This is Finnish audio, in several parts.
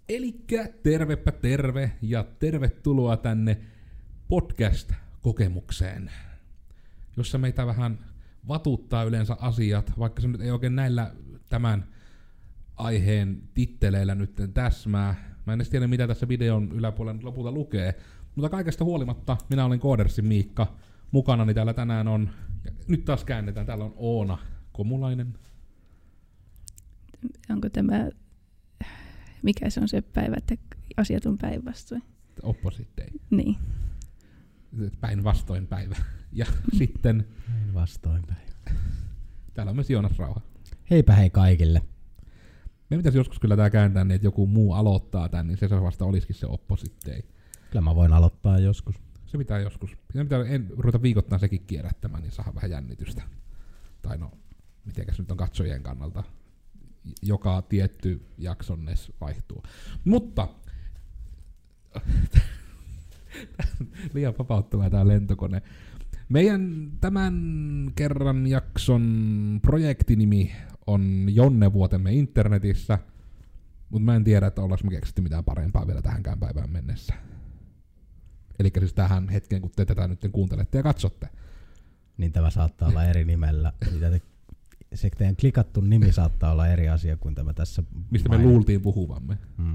Elikkä tervepä terve ja tervetuloa tänne podcast-kokemukseen, jossa meitä vähän vatuttaa yleensä asiat, vaikka se nyt ei oikein näillä tämän aiheen titteleillä nyt täsmää. Mä en edes tiedä, mitä tässä videon yläpuolella nyt lopulta lukee, mutta kaikesta huolimatta minä olen Koodersin Miikka. Mukanani täällä tänään on, ja nyt taas käännetään, täällä on Oona Komulainen. Onko tämä, mikä se on se päivä, että asiat on päinvastoin? Opposite. Niin. Päinvastoin päivä. Ja sitten Päinvastoin päivä. täällä on myös Joonas Rauha. Heipä hei kaikille. Me pitäisi joskus kyllä tää kääntää niin, että joku muu aloittaa tän, niin se vasta olisikin se opposite. Kyllä mä voin aloittaa joskus. Se pitää joskus. Pitää ruveta viikoittain sekin kierrättämään, niin saa vähän jännitystä. Tai no, mitenkäs nyt on katsojien kannalta. Joka tietty jaksonnes vaihtuu. Mutta liian vapauttavaa tää lentokone. Meidän tämän kerran jakson projektinimi on Jonnevuotemme internetissä, mutta mä en tiedä, että ollaanko me keksitty mitään parempaa vielä tähänkään päivään mennessä. Elikkä siis tähän hetkeen, kun te tätä nyt kuuntelette ja katsotte. Niin tämä saattaa olla eri nimellä. Se teidän klikattu nimi saattaa olla eri asia kuin tämä tässä. Mistä me luultiin puhuvamme. Hmm.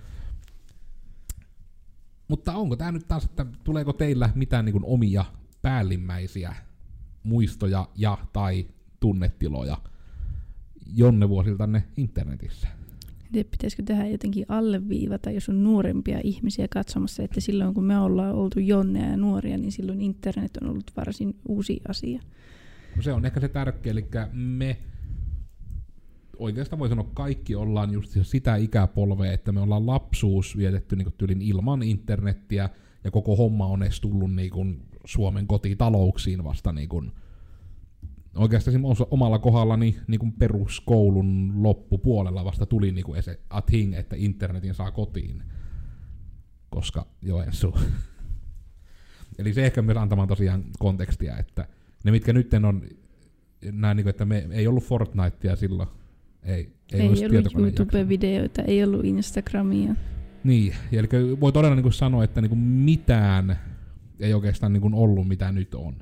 Mutta onko tää nyt taas, että tuleeko teillä mitään niin kuin omia päällimmäisiä muistoja ja tai tunnetiloja Jonnevuosiltanne internetissä? Pitäisikö tähän jotenkin alleviivata, jos on nuorempia ihmisiä katsomassa, että silloin kun me ollaan oltu jonneja ja nuoria, niin silloin internet on ollut varsin uusi asia. No se on ehkä se tärkeä, eli me oikeastaan voi sanoa kaikki ollaan just sitä ikäpolvea, että me ollaan lapsuus vietetty niin tyylin ilman internettiä ja koko homma on edes tullut niin kuin Suomen kotitalouksiin vasta niin kuin oikeastaan omalla kohdallani niin kuin peruskoulun loppupuolella vasta tuli niin kuin se a thing, että internetin saa kotiin, koska Joensuu. Eli se ehkä myös antamaan tosiaan kontekstia, että ne mitkä nyt on, näin, niin kuin, että me ei ollut Fortnitea silloin, ei ollut YouTube-videoita, ei ollut Instagramia. Niin, eli voi todella niin kuin sanoa, että niin kuin mitään ei oikeastaan niin kuin ollut, mitä nyt on.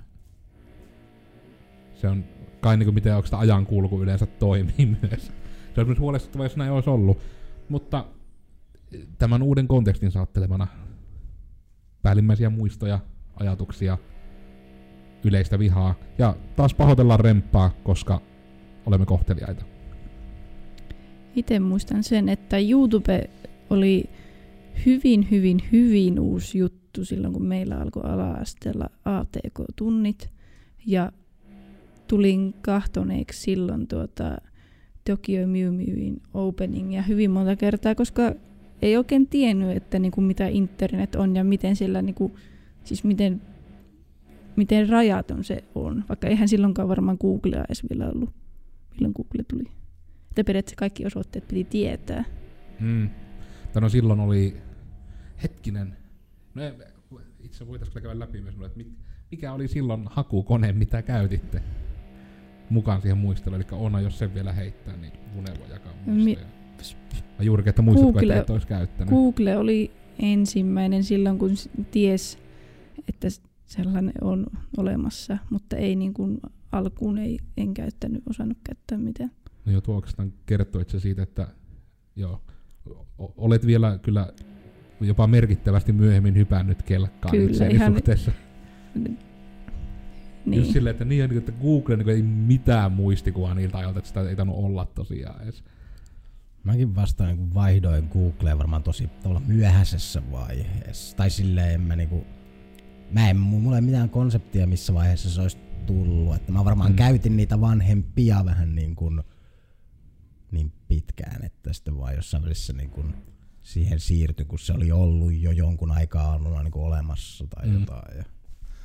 Se on kai niin kuin miten oikeastaan ajankulku yleensä toimii myös. Se olisi myös huolestuttavaa, jos näin olisi ollut. Mutta tämän uuden kontekstin saattelemana päällimmäisiä muistoja, ajatuksia, yleistä vihaa. Ja taas pahoitellaan remppaa, koska olemme kohteliaita. Itse muistan sen, että YouTube oli hyvin uusi juttu silloin, kun meillä alkoi ala-asteella ATK-tunnit. Ja tulin kahtoneeksi silloin Tokyo Mew Mewin openingia hyvin monta kertaa, koska ei oikein tiennyt, että niinku mitä internet on ja miten siellä niinku, siis miten rajaton se on. Vaikka eihän silloinkaan varmaan Googlea edes vielä ollut, milloin Google tuli. Että periaatteessa kaikki osoitteet piti tietää. No silloin oli, hetkinen, no itse voitaisiin käydä läpi myös, että mikä oli silloin hakukone, mitä käytitte mukaan siihen muisteluun, eli Oona, jos sen vielä heittää, niin Vune voi jakaa muistoja. Mä juurikin, että muistatko, että et olisi käyttänyt. Google oli ensimmäinen silloin, kun ties, että sellainen on olemassa, mutta ei niin kuin alkuun en käyttänyt, osannut käyttää mitään. No joo, tuo oikeastaan kertoo itse siitä, että joo, olet vielä kyllä jopa merkittävästi myöhemmin hypännyt kelkkaan itseäni suhteessa. Niin. Just silleen, että Google niin ei mitään muistikuvaa niiltä ajalta, että sitä ei tainnut olla tosiaan edes. Mäkin vasta niin vaihdoin Googleen varmaan tosi myöhäisessä vaiheessa. Tai silleen mulla ei mitään konseptia, missä vaiheessa se olisi tullut. Että mä varmaan käytin niitä vanhempia vähän niin pitkään, että sitten vaan jossain välissä niin kuin siihen siirtyi, kun se oli ollut jo jonkun aikaa niin kuin olemassa tai jotain. Ja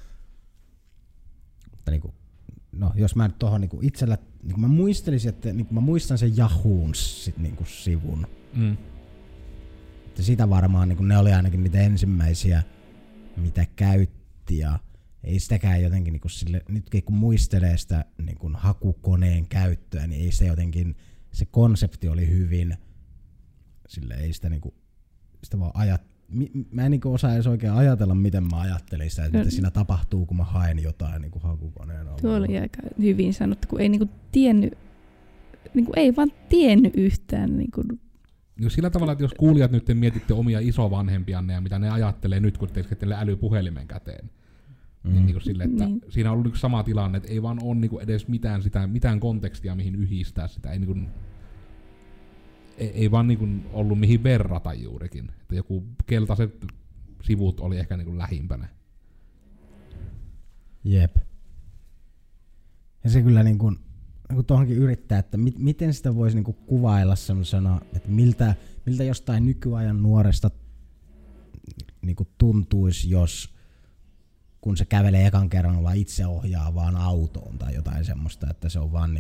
mutta niin kuin, no jos mä nyt tohon niin kuin itsellä, niin kuin mä muistelisin, että niin kuin mä muistan sen Yahoon niin kuin sivun. Että sitä varmaan niin kuin ne oli ainakin niitä ensimmäisiä, mitä käytti ja ei sitäkään jotenkin niin kuin sille, nytkin kun muistelee sitä niin kuin hakukoneen käyttöä, niin ei se jotenkin, se konsepti oli hyvin, sille ei sitä niin kuin sitä vaan mä en niinku osaa edes oikein ajatella, miten mä ajattelin sitä, että mitä siinä tapahtuu, kun mä haen jotain niinku hakukoneen avulla. Tuo oli aika hyvin sanottu, kun ei niinku tiennyt, niinku ei vaan tiennyt yhtään. Niinku. No sillä tavalla, että jos kuulijat nyt mietitte omia isovanhempianne ja mitä ne ajattelee nyt, kun teille älypuhelimen käteen, niin sille, että siinä on ollut sama tilanne, että ei vaan ole niinku edes mitään kontekstia, mihin yhdistää sitä. Ei, niinku, ei vaan niinku ollut mihin verrata juurikin. Että joku keltaiset sivut oli ehkä niinku lähimpänä. Jep. Ja se kyllä niinku tuohonkin yrittää, että miten sitä voisi niinku kuvailla semmoisena, että miltä jostain nykyajan nuoresta niinku tuntuisi, jos kun se kävelee ekan kerran vaan itseohjaavaan autoon tai jotain semmoista, että se on vaan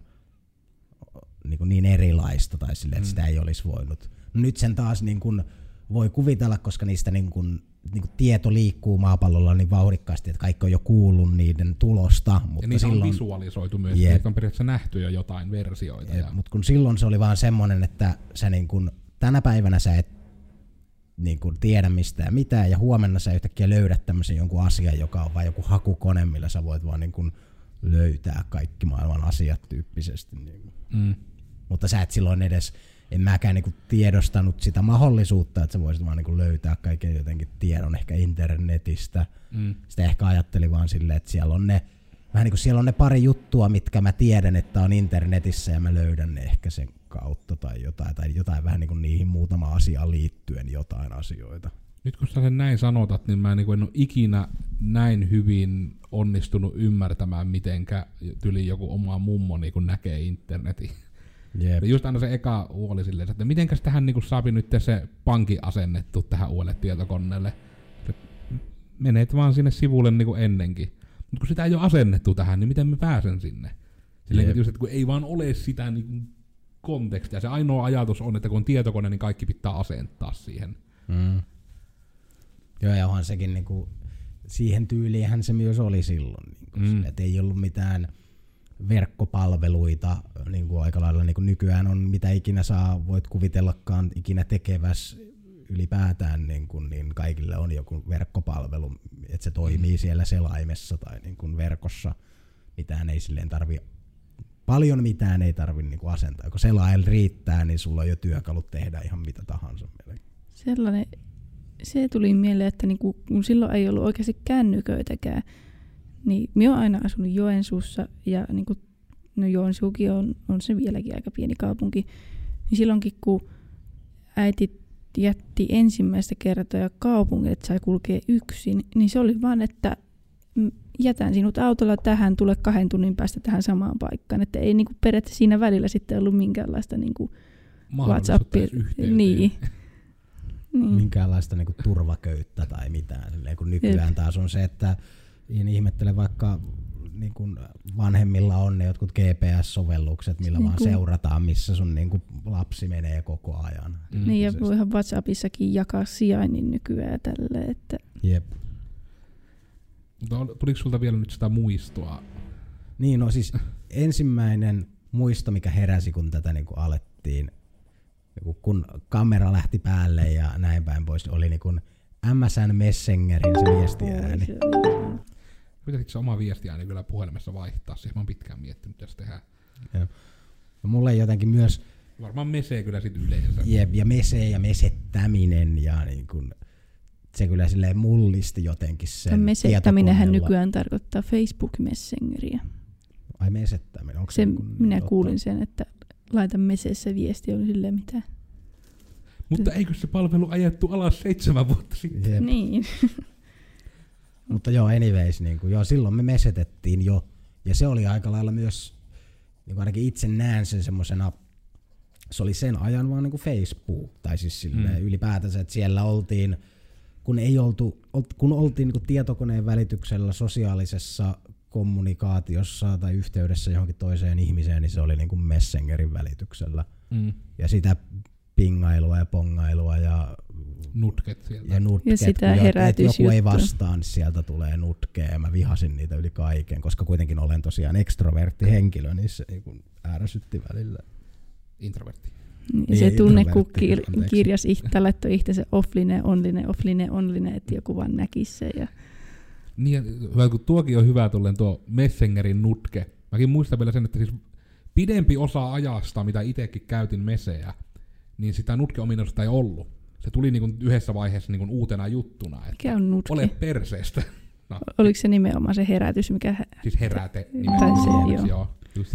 niin erilaista tai silleen, että sitä ei olisi voinut. No nyt sen taas voi kuvitella, koska niistä tieto liikkuu maapallolla niin vauhdikkaasti, että kaikki on jo kuullut niiden tulosta. Mutta ja niitä on visualisoitu myös, että on periaatteessa nähty jo jotain versioita. Mutta kun silloin se oli vaan semmoinen, että sä tänä päivänä sä et tiedä mistään mitään, ja huomenna sä yhtäkkiä löydät tämmöisen jonkun asian, joka on vain joku hakukone, millä sä voit vaan löytää kaikki maailman asiat tyyppisesti. Mutta sä et silloin edes, en mäkään tiedostanut sitä mahdollisuutta, että sä voisit vaan löytää kaiken jotenkin tiedon ehkä internetistä. Sitä ehkä ajattelin vaan silleen, että siellä on siellä on ne pari juttua, mitkä mä tiedän, että on internetissä, ja mä löydän ne ehkä sen kautta tai jotain vähän niihin muutama asiaan liittyen jotain asioita. Nyt kun sä sen näin sanotat, niin mä en ole ikinä näin hyvin onnistunut ymmärtämään, mitenkä tyli joku oma mummo näkee internetin. Yep. Just aina se eka huoli silleen, että mitenkäs tähän saapi nyt se pankki asennettu tähän uudelle tietokoneelle. Menet vaan sinne sivulle ennenkin. Mutta kun sitä ei ole asennettu tähän, niin miten mä pääsen sinne? Silleen, just, että kun ei vaan ole sitä kontekstia. Se ainoa ajatus on, että kun on tietokone, niin kaikki pitää asentaa siihen. Joo, ja onhan sekin siihen tyyliinhän se myös oli silloin. Että ei ollut mitään verkkopalveluita aika lailla nykyään on, mitä ikinä voit kuvitellakaan ikinä tekeväs ylipäätään, niin kaikille on joku verkkopalvelu, että se toimii siellä selaimessa tai verkossa. Mitään ei silleen paljon mitään ei tarvitse asentaa. Kun selain riittää, niin sulla on jo työkalut tehdä ihan mitä tahansa. Se tuli mieleen, että kun silloin ei ollut oikeasti kännyköitäkään, niin minä olen aina asunut Joensuussa, ja Joensuukin on se vieläkin aika pieni kaupunki, niin silloinkin kun äiti jätti ensimmäistä kertaa kaupungin, että sai kulkea yksin, niin se oli vaan, että jätän sinut autolla tähän, tule 2 tunnin päästä tähän samaan paikkaan. Että ei periaatteessa siinä välillä sitten ollut minkäänlaista WhatsAppia. Niin. Minkäänlaista turvaköyttä tai mitään. Silleen, kun nykyään taas on se, että en ihmettele vaikka vanhemmilla on ne jotkut GPS-sovellukset, millä vaan seurataan, missä sun lapsi menee koko ajan. Niin, ja voihan WhatsAppissakin jakaa sijainnin nykyään tälle. Että. Jep. Tuliko sulta vielä nyt sitä muistoa? Niin, no siis ensimmäinen muisto, mikä heräsi, kun tätä alettiin, kun kamera lähti päälle ja näin päin pois, oli MSN Messengerin se viestiääni. Pitäisikö se oma viestiääni kyllä puhelimessa vaihtaa? Siihen mä oon pitkään miettinyt, mitä se tehdään. Ja mulle jotenkin myös. Varmaan mesee kyllä sit yleensä. Jep, ja mesee ja mesettäminen ja se kyllä silleen mullisti jotenkin sen. Mesettäminenhän nykyään tarkoittaa Facebook Messengeriä. Ai mesettäminen? Onko se minä kuulin sen, että laita meseessä viesti, oli silleen mitään. Mutta eikö se palvelu ajettu alas 7 vuotta sitten? Jep. Niin. Mutta joo, anyways, silloin me mesetettiin jo, ja se oli aika lailla myös, ainakin itse näen sen semmosena, se oli sen ajan vaan Facebook, tai siis silleen ylipäätänsä, että siellä oltiin, kun oltiin tietokoneen välityksellä sosiaalisessa kommunikaatiossa tai yhteydessä johonkin toiseen ihmiseen, niin se oli Messengerin välityksellä. Ja sitä pingailua ja pongailua ja nutket sieltä. Ja sitä herätysjuttua. Joku ei vastaan, niin sieltä tulee nutkea, ja mä vihasin niitä yli kaiken, koska kuitenkin olen tosiaan ekstrovertti henkilö, niin se ärsytti välillä. Introvertti. Ja se tunne, kun kirjas laittoi itsensä offline, että joku vaan näkisi se. Ja niin, kun tuokin on hyvä tulleen tuo Messengerin nutke. Mäkin muistan vielä sen, että siis pidempi osa ajasta, mitä itsekin käytin meseä, niin sitä nutke-ominaisuutta ei ollut. Se tuli niinku yhdessä vaiheessa niinku uutena juttuna. Että mikä on nutke? Ole perseestä. No. Oliko se nimenomaan se herätys, mikä... Siis heräte. Se, joo.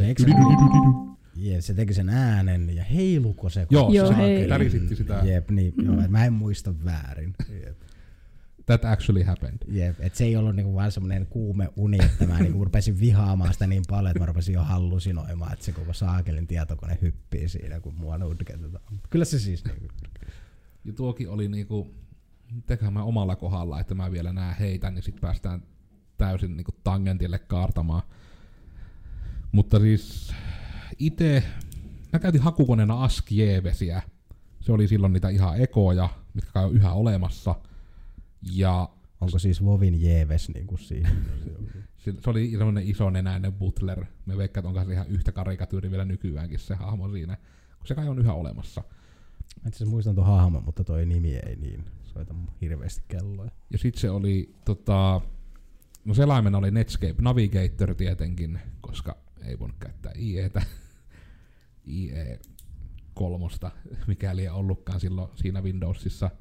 Se teki sen äänen ja heiluko se? Joo, se tärisitti sitä. Jep, niin, joo, mä en muista väärin. Jep. That actually happened. Jep, et se ei ollut niinku vaan semmoinen kuume uni, että mä niinku rupesin vihaamaan sitä niin paljon, että mä rupesin jo hallusinoimaan, että se koko saakelin tietokone hyppii siinä, kun mua nutketetaan. Kyllä se siis niinku... Ja tuokin oli niinku, teköhän mä omalla kohdalla, että mä vielä nää heitän, niin sit päästään täysin niinku tangentille kaartamaan. Mutta siis mä käytin hakukoneena AskJevesiä. Se oli silloin niitä ihan ekoja, mitkä on yhä olemassa. Ja onko siis Vovin Jeeves niinku siinä? Se oli semmoinen isonenäinen butler. Me veikkaan, että onko se ihan yhtä karikatyyri vielä nykyäänkin se hahmo siinä, kun se kai on yhä olemassa. Mä itse asiassa muistan tuon hahmon, mutta toi nimi ei niin soita hirveästi kelloja. Ja sit se oli no selaimena oli Netscape Navigator tietenkin, koska ei voinut käyttää IEtä. IE3, mikäli ei ollutkaan silloin siinä Windowsissa.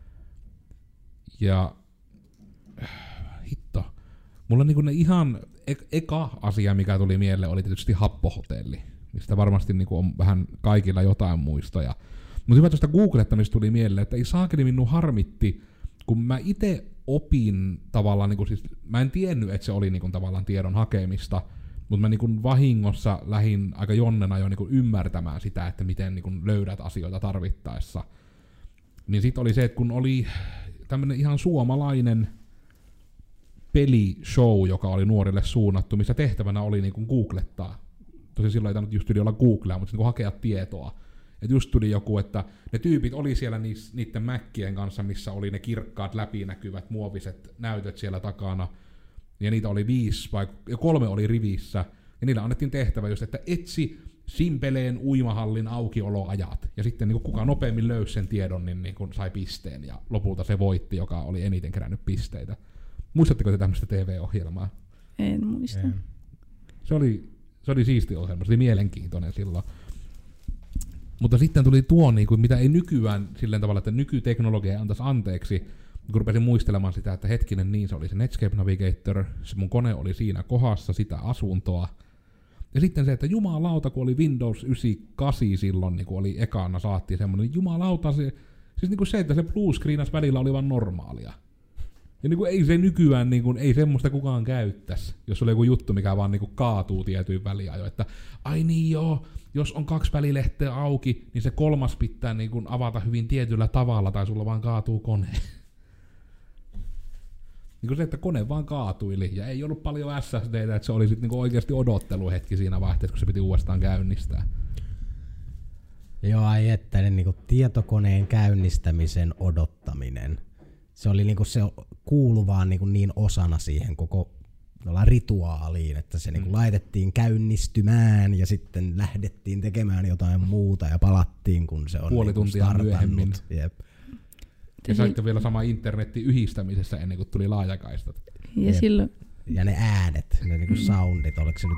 Ja hitto. Mulla niinku ne ihan eka asia, mikä tuli mieleen, oli tietysti happohotelli, mistä varmasti niinku on vähän kaikilla jotain muistoja. Mutta hyvä tuosta googlettamista tuli mieleen, että ei saakeli minun harmitti, kun mä itse opin tavallaan, niinku siis, mä en tiennyt, että se oli niinku tavallaan tiedon hakemista, mutta mä niinku vahingossa lähdin aika jonnena jo niinku ymmärtämään sitä, että miten niinku löydät asioita tarvittaessa. Niin sit oli se, että kun oli tämmönen ihan suomalainen pelishow, joka oli nuorille suunnattu, missä tehtävänä oli niinku googlettaa. Tosin silloin ei tainnut just olla Googlea, mutta niinku hakea tietoa. Et just tuli joku, että ne tyypit oli siellä niiden mäkkien kanssa, missä oli ne kirkkaat läpinäkyvät muoviset näytöt siellä takana. Ja niitä oli 5 vai 3 oli rivissä. Ja niillä annettiin tehtävä just, että etsi Simpeleen uimahallin aukioloajat. Ja sitten niin kuka nopeammin löysi sen tiedon, niin sai pisteen. Ja lopulta se voitti, joka oli eniten kerännyt pisteitä. Muistatteko te tämmöistä TV-ohjelmaa? En muista. Se oli siisti ohjelma, se oli mielenkiintoinen silloin. Mutta sitten tuli tuo, mitä ei nykyään silleen tavalla, että nykyteknologia ei antaisi anteeksi, kun rupesin muistelemaan sitä, että hetkinen, niin se oli se Netscape Navigator, se mun kone oli siinä kohdassa sitä asuntoa. Ja sitten se, että jumalauta, kun oli Windows 98 silloin, niin kun oli ekana saattiin semmoinen, niin jumalauta, siis se, että se bluescreenas välillä oli vaan normaalia. Ja ei se nykyään, ei semmoista kukaan käyttäisi, jos oli joku juttu, mikä vaan kaatuu tietyin väliajoin, että ai niin joo, jos on 2 välilehteä auki, niin se 3. pitää avata hyvin tietyllä tavalla, tai sulla vaan kaatuu kone. Se, että kone vaan kaatuili, ja ei ollut paljon SSDtä, että se oli sitten oikeasti odotteluhetki siinä vaihteessa, kun se piti uudestaan käynnistää. Joo, ai että tietokoneen käynnistämisen odottaminen. Se oli se kuulu vaan niin osana siihen koko rituaaliin, että se laitettiin käynnistymään ja sitten lähdettiin tekemään jotain muuta ja palattiin, kun se on puoli tuntia myöhemmin. Jep. Ja saitte vielä sama internetin yhdistämisessä ennen kuin tuli laajakaistat. Ja silloin. Ja ne äänet, ne soundit, oliko se nyt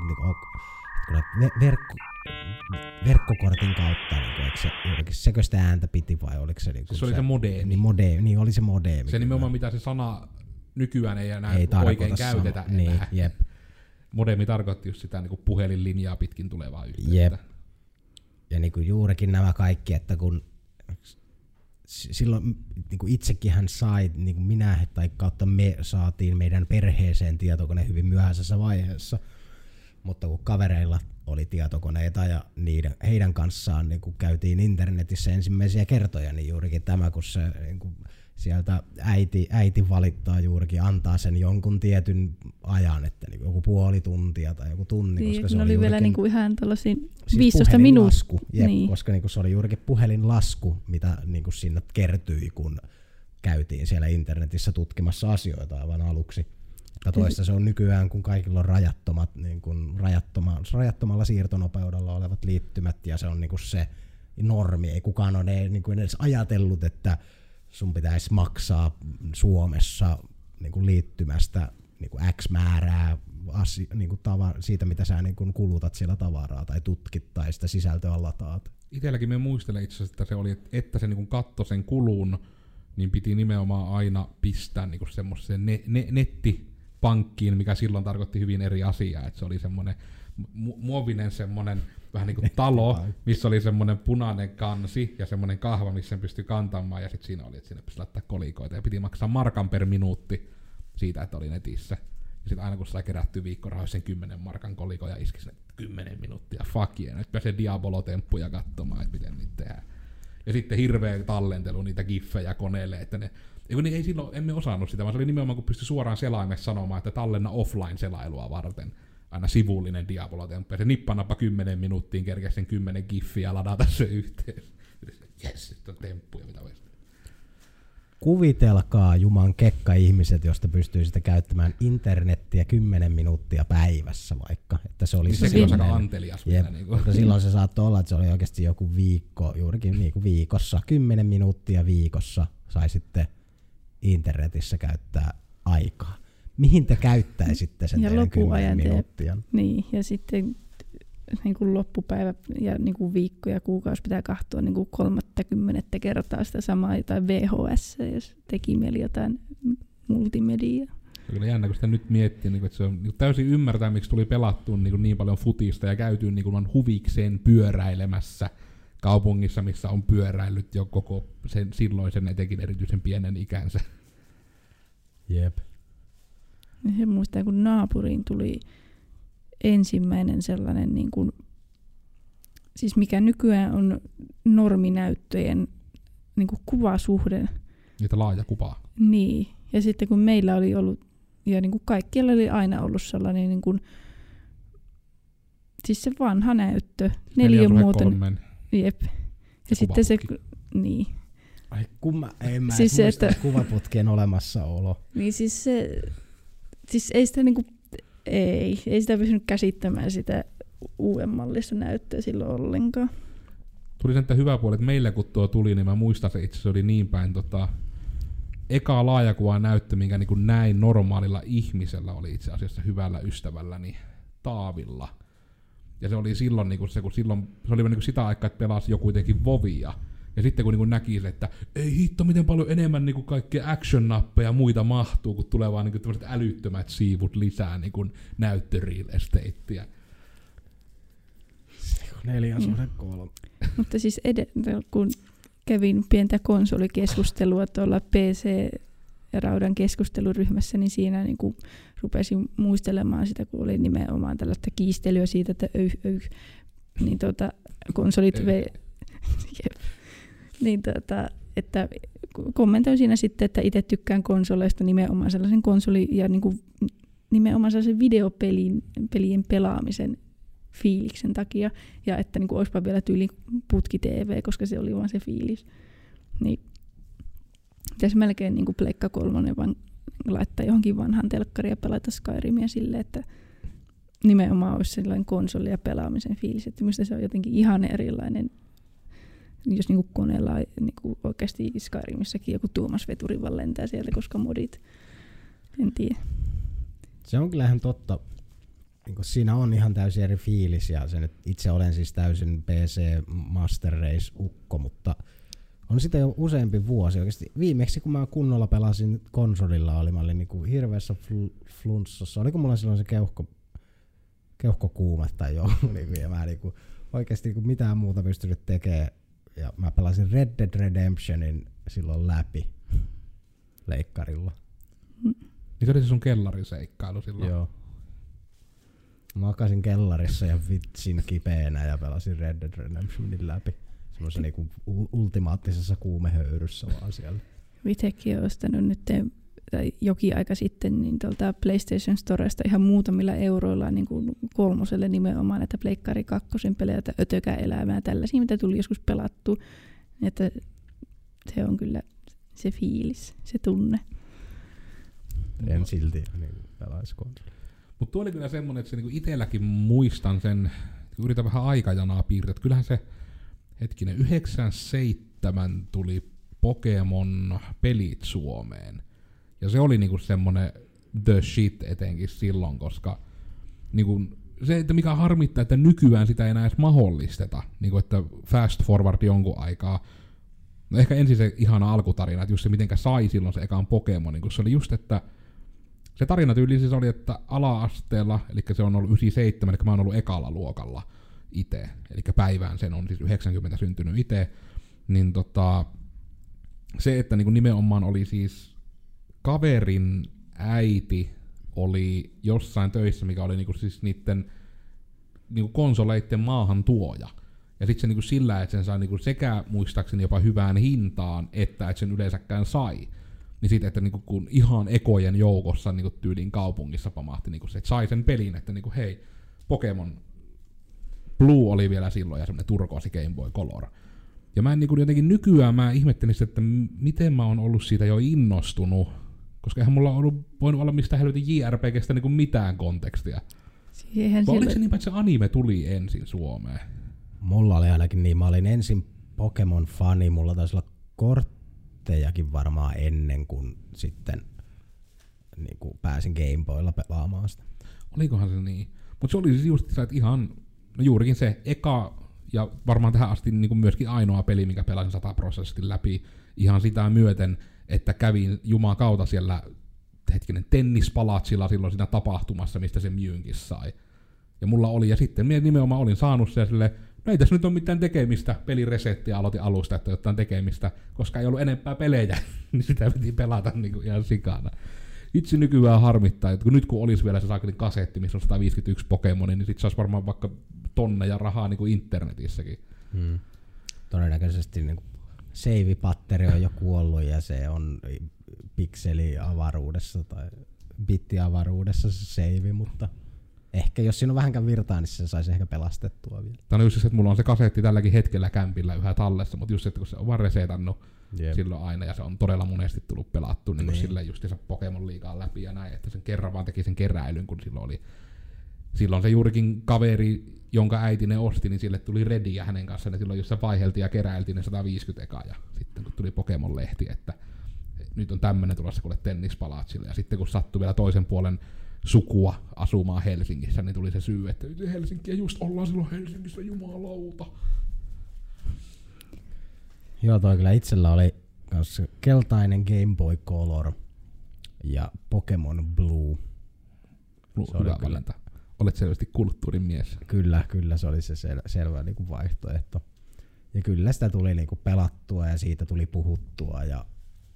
verkkokortin kautta, eikö se jotenkin sekö sitä ääntä piti vai oliko se se oli se modeemi. Niin oli se modeemi. Se nimenomaan mitä se sana nykyään ei enää oikein käytetä enää. Niin, jep. Modeemi tarkoitti just sitä puhelinlinjaa pitkin tulevaa yhteyttä. Jep. Ja juurikin nämä kaikki, että kun silloin itsekin hän sai, minä tai kautta me saatiin meidän perheeseen tietokone hyvin myöhäisessä vaiheessa, mutta kun kavereilla oli tietokoneita ja heidän kanssaan käytiin internetissä ensimmäisiä kertoja, niin juurikin tämä, kun se sieltä äiti valittaa juurikin, antaa sen jonkun tietyn ajan, että joku puoli tuntia tai joku tunti. Niin, koska se oli juurikin, vielä ihan tällaisia siis 15 minuuttia. Niin. Koska se oli juurikin puhelinlasku, mitä sinne kertyi, kun käytiin siellä internetissä tutkimassa asioita aivan aluksi. Ja toista se on nykyään, kun kaikilla on rajattomalla siirtonopeudella olevat liittymät, ja se on se normi. Ei kukaan ole niin kuin edes ajatellut, että sun pitäisi maksaa Suomessa niin kuin liittymästä niin kuin X määrää niin kuin siitä, mitä sä niin kuin kulutat siellä tavaraa tai tutkit tai sitä sisältöä lataat. Itselläkin me muistelen itse asiassa, että se oli, että se niin kuin kattoi sen kulun, niin piti nimenomaan aina pistää niin kuin semmoiseen nettipankkiin, mikä silloin tarkoitti hyvin eri asiaa. Että se oli semmoinen muovinen semmoinen vähän niin kuin talo, missä oli semmoinen punainen kansi ja semmoinen kahva, missä sen pystyi kantamaan, ja sitten siinä oli, että sinne pystyi laittaa kolikoita, ja piti maksaa markan per minuutti siitä, että oli netissä. Ja sitten aina kun sai kerättyä viikkorahoissa sen 10 markan kolikon ja iski sinne 10 minuuttia, fuck yeah, nyt pääsee Diabolo-temppuja katsomaan, että miten niitä tehdään. Ja sitten hirveä tallentelu niitä giffejä koneelle, että ne ei silloin, emme osannut sitä, vaan se oli nimenomaan, kun pystyi suoraan selaimessa sanomaan, että tallenna offline-selailua varten. Aina sivullinen Diabolo-temppu. Ja se nippanappa 10 minuuttiin kerkesi sen 10 giffiä ja ladata se yhteen. Jes, nyt on temppuja, mitä voisi. Kuvitelkaa Juman kekka-ihmiset, josta pystyy sitä käyttämään internettiä 10 minuuttia päivässä vaikka. Että se oli sekin on aika antelias. Silloin se saattoi olla, että se oli oikeasti joku viikko, juurikin niin kuin viikossa, 10 minuuttia viikossa sai sitten internetissä käyttää aikaa. Mihin te käyttäisitte sen teidän 10 minuuttia? Niin, ja sitten niin kuin loppupäivä ja niin kuin viikko ja kuukausi pitää katsoa niin kuin 30 kertaa sitä samaa jotain VHS, jos teki mieli jotain multimediaa. Se on kyllä jännä, kun sitä nyt miettii, että se on täysin ymmärtää, miksi tuli pelattua niin paljon futista ja käytyy niin huvikseen pyöräilemässä kaupungissa, missä on pyöräillyt jo koko sen silloisen etenkin erityisen pienen ikänsä. Jep. Ja muistan, kun naapuriin tuli ensimmäinen sellainen, niin kuin, siis mikä nykyään on norminäyttöjen niin kuin kuvasuhde. Niitä laaja kuvaa. Niin, ja sitten kun meillä oli ollut, ja niin kuin kaikkialla oli aina ollut sellainen, niin kuin, siis se vanha näyttö, 4-muotoinen. Jep. Ja se sitten se, niin. Ai en mä siis muista että, kuvaputkien olemassaolo. Niin siis se, siis ei sitä niinku, ei sitä pystynyt käsittämään sitä uudemmallista näyttöä silloin ollenkaan. Tuli sen hyvä puoli, että meillä kun tuo tuli, niin mä muistan se itse asiassa oli niin päin ekaa laajakuvaa näyttö, minkä niin kuin näin normaalilla ihmisellä oli itse asiassa hyvällä ystävälläni Taavilla. Ja se oli silloin, niin kuin se oli niin kuin sitä aikaa, että pelasi jo kuitenkin Vovia. Ja sitten kun niin näki se, että ei hitto, miten paljon enemmän niin kaikkea action-nappeja ja muita mahtuu, kun tulee vaan niin tämmöiset älyttömät siivut lisää niin näyttö real estateä. 4:3. Mutta siis kun kävin pientä konsolikeskustelua tuolla PC-raudan keskusteluryhmässä, niin siinä niin kuin rupesin muistelemaan sitä, kun oli nimenomaan tällaista kiistelyä siitä, että niin konsolit niin että kommentoin siinä sitten, että itse tykkään konsoleista nimenomaan sellaisen konsolin ja niin kuin nimenomaan sellaisen videopelien pelaamisen fiiliksen takia, ja että niin kuin olisipa vielä tyyli putki TV, koska se oli vaan se fiilis. Niin pitäisi melkein niin kuin Pleikka 3 vaan laittaa johonkin vanhan telkkariin ja pelata Skyrimia silleen, että nimenomaan olisi sellainen konsoli ja pelaamisen fiilis, että minusta se on jotenkin ihan erilainen, jos niinku koneella niinku oikeasti Skyrimissäkin joku tuomasveturi vaan lentää sieltä, koska modit, en tiedä. Se on kyllä ihan totta. Niin siinä on ihan täysin eri fiilis, ja se nyt itse olen siis täysin PC Master Race-ukko, mutta on sitä jo useampi vuosi oikeasti. Viimeksi kun mä kunnolla pelasin konsolilla, mä olin niinku hirveässä flunssassa. Oliko mulla silloin se keuhkokuume tai joku, niin mä niinku oikeasti niinku mitään muuta pystynyt tekemään. Ja mä pelasin Red Dead Redemptionin silloin läpi leikkarilla. Niin se oli se sun kellariseikkailu silloin? Joo. Makasin kellarissa ja vitsin kipeänä ja pelasin Red Dead Redemptionin läpi. Semmoisessa niinku ultimaattisessa kuumehöyryssä vaan siellä. Itsekin olen ostanut nyt jokin aika sitten niin tuolta PlayStation Storesta ihan muutamilla euroilla niin kuin 3 nimenomaan, että Pleikkari 2 pelejä, ötökäelämää tällaisia, mitä tuli joskus pelattu. Että se on kyllä se fiilis, se tunne. En silti niin pelaisi konsoli. Mutta tuo oli kyllä semmoinen, että se niinku itselläkin muistan sen, yritän vähän aikajanaa piirtää, että kyllähän se hetkinen, 97 tuli Pokemon-pelit Suomeen. Ja se oli niinku semmonen the shit etenkin silloin, koska niinku se, että mikä harmittaa, että nykyään sitä ei enää edes mahdollisteta, niinku että fast forward jonkun aikaa. No ehkä ensin se ihana alkutarina, että just se mitenkä sai silloin se ekaan Pokemonin, kun se oli just, että se tarina tyyli siis oli, että ala-asteella, eli se on ollut 97, eli mä oon ollut ekalla luokalla itse, eli päivään sen on siis 90 syntynyt itse, niin se, että niinku nimenomaan oli siis kaverin äiti oli jossain töissä, mikä oli niinku siis niitten niinku konsoleitten maahan tuoja. Ja sitten se niinku sillä, että sen sai niinku sekä muistaakseni jopa hyvään hintaan, että sen yleensäkään sai. Niin sitten, että niinku kun ihan ekojen joukossa niinku tyylin kaupungissa pamahti niinku se, että sai sen pelin, että niinku hei, Pokemon Blue oli vielä silloin ja semmonen turkoosi Game Boy Color. Ja mä en niinku jotenkin nykyään mä ihmettelin sitä, että miten mä oon ollut siitä jo innostunut, koska eihän mulla voinut olla mistään helvetin JRPGstä niinku mitään kontekstia. Oliko se niin, että se anime tuli ensin Suomeen? Mulla oli ainakin niin, mä olin ensin Pokemon-fani, mulla taisi olla korttejakin varmaan ennen kuin sitten niin kuin pääsin Game Boylla pelaamaan sitä. Olikohan se niin? Mutta se oli siis just että ihan, no juurikin se eka ja varmaan tähän asti niin kuin myöskin ainoa peli, mikä pelasin 100% läpi ihan sitä myöten, että kävin jumakauta siellä tennispalatsilla silloin siinä tapahtumassa, mistä se Mewinkin sai. Ja mulla oli, ja sitten minä nimenomaan olin saanut se silleen, no ei tässä nyt ole mitään tekemistä, peliresettiä aloitin alusta, että jotain tekemistä, koska ei ollut enempää pelejä, niin sitä piti pelata niin kuin ihan sikana. Itse nykyään harmittaa, että nyt kun olisi vielä se saakelin kasetti, missä on 151 Pokemonia, niin sit saisi varmaan vaikka tonneja rahaa niin kuin internetissäkin. Todennäköisesti niin save-patteri on jo kuollut ja se on pikseliavaruudessa tai bittiavaruudessa se save, mutta ehkä jos siinä on vähänkään virtaa, niin se saisi ehkä pelastettua vielä. Tämä on just se, että mulla on se kasetti tälläkin hetkellä kämpillä yhä tallessa, mutta just se, että kun se on vaan resetannut silloin aina, ja se on todella monesti tullut pelattu niin silleen justiinsa Pokemon liigaan läpi ja näin, että sen kerran vaan teki sen keräilyn, kun silloin se juurikin kaveri, jonka äiti ne osti, niin sille tuli Redi hänen kanssaan, ja silloin jossa vaiheltiin ja keräiltiin ne 150 ekaa, ja sitten kun tuli Pokemon-lehti, että nyt on tämmönen tulossa kuule tennispalatsille, ja sitten kun sattui vielä toisen puolen sukua asumaan Helsingissä, niin tuli se syy, että Helsinkiä just ollaan silloin Helsingissä, jumalauta. Joo, toi kyllä itsellä oli kans keltainen Game Boy Color ja Pokemon Blue. Se hyvä valinta. Olet selvästi kulttuurin mies. Kyllä, se oli se selvä niinku vaihtoehto. Ja kyllä sitä tuli niinku pelattua ja siitä tuli puhuttua ja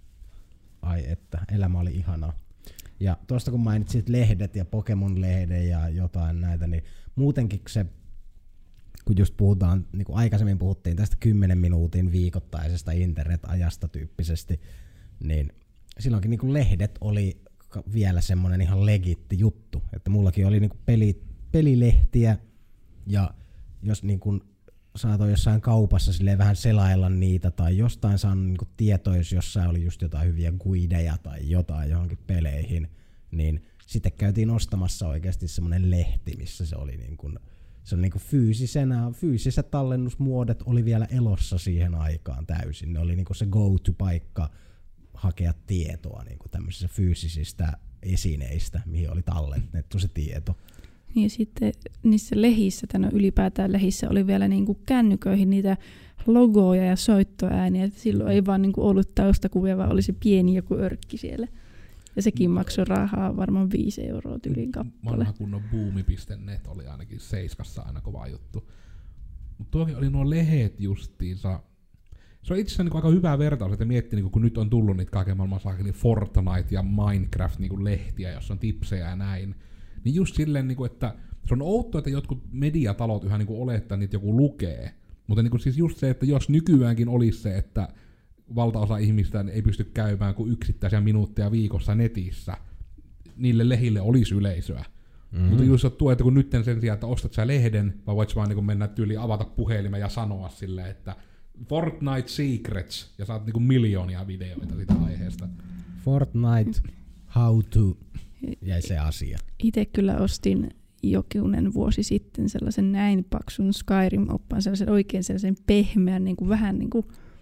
ai että, elämä oli ihanaa. Ja tuosta kun mainitsit lehdet ja Pokemon-lehden ja jotain näitä, niin muutenkin se, kun just puhutaan, niin kuin aikaisemmin puhuttiin tästä 10 minuutin viikoittaisesta internet-ajasta tyyppisesti, niin silloinkin niin kuin lehdet oli vielä semmoinen ihan legitti juttu, että mullakin oli niin kuin pelilehtiä ja jos niin kuin saatoin jossain kaupassa silleen vähän selailla niitä tai jostain saanut niin kuin tietoa, jos jossain oli just jotain hyviä guideja tai jotain johonkin peleihin, niin sitten käytiin ostamassa oikeasti semmoinen lehti, missä se oli niin kuin, se oli niin kuin fyysiset tallennusmuodot oli vielä elossa siihen aikaan täysin. Ne oli niin kuin se go-to-paikka hakea tietoa niin kuin tämmöisistä fyysisistä esineistä, mihin oli tallennettu se tieto. Ja sitten niissä lehissä, ylipäätään lehissä, oli vielä niinku kännyköihin niitä logoja ja soittoääniä. Että silloin ei vaan niinku ollut taustakuvia, vaan oli se pieni joku örkki siellä. Ja sekin maksoi rahaa varmaan 5 € tyylin kappale. Vanha kunnon boomi.net oli ainakin Seiskassa aina kova juttu. Mutta tuokin oli nuo lehet justiinsa. Se on itse asiassa niinku aika hyvä vertaus, että miettii, niinku, kun nyt on tullut niitä kaiken maailman niin Fortnite ja Minecraft niinku lehtiä, jossa on tipsejä ja näin. Niin just silleen, että se on outoa, että jotkut mediatalot yhä olettaa, että niitä joku lukee. Mutta siis just se, että jos nykyäänkin olisi se, että valtaosa ihmistä ei pysty käymään kuin yksittäisiä minuutteja viikossa netissä, niille lehille olisi yleisöä. Mutta just tuo, että kun nyt sen sijaan, että ostat sä lehden, vai voit vaan mennä tyyliin avata puhelimen ja sanoa silleen, että Fortnite Secrets, ja saat miljoonia videoita sitä aiheesta. Fortnite, how to, jäi se asia. Itse kyllä ostin jokunen vuosi sitten sellaisen näin paksun Skyrim-oppaan, sellaisen oikein sellaisen pehmeän, niin kuin vähän niin kuin,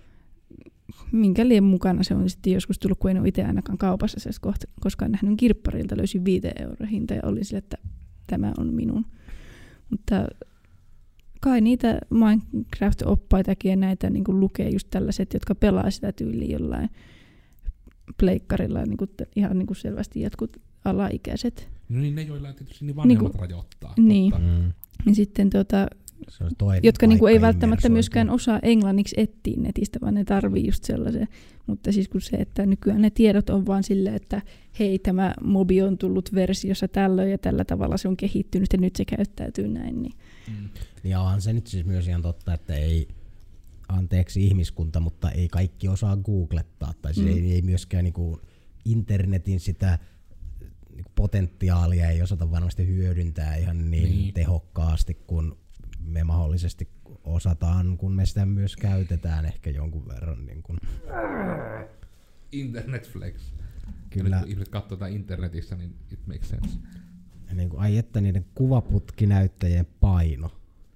minkä liian mukana se on sitten joskus tullut, kun en ole itse ainakaan kaupassa se koskaan nähnyt kirpparilta, löysin 5 € hinta ja oli sille, että tämä on minun. Mutta kai niitä Minecraft-oppaitakin ja näitä niin kuin lukee just tällaiset, jotka pelaa sitä tyyliin jollain pleikkarilla, niin kuin, ihan niin kuin selvästi jotkut alaikäiset. No niin, ne joilla tietysti niin vanhemmat niin rajoittaa. Niin. Ja sitten jotka niinku ei välttämättä myöskään osaa englanniksi etsiä netistä, vaan ne tarvii just sellaisen. Mutta siis kun se, että nykyään ne tiedot on vaan silleen, että hei, tämä mobi on tullut versiossa tällöin ja tällä tavalla se on kehittynyt ja nyt se käyttäytyy näin. Niin. Ja onhan se nyt siis myös ihan totta, että ei, anteeksi ihmiskunta, mutta ei kaikki osaa googlettaa. Tai siis ei myöskään niinku internetin sitä niinku potentiaalia ei osata varmasti hyödyntää ihan niin tehokkaasti kuin me mahdollisesti osataan, kun me sitä myös käytetään ehkä jonkun verran. Niin kuin. Internetflex. Kyllä. Kun ihmiset katsoo internetissä, niin it makes sense. Niin kuin, ai että niiden kuvaputkinäyttäjien paino.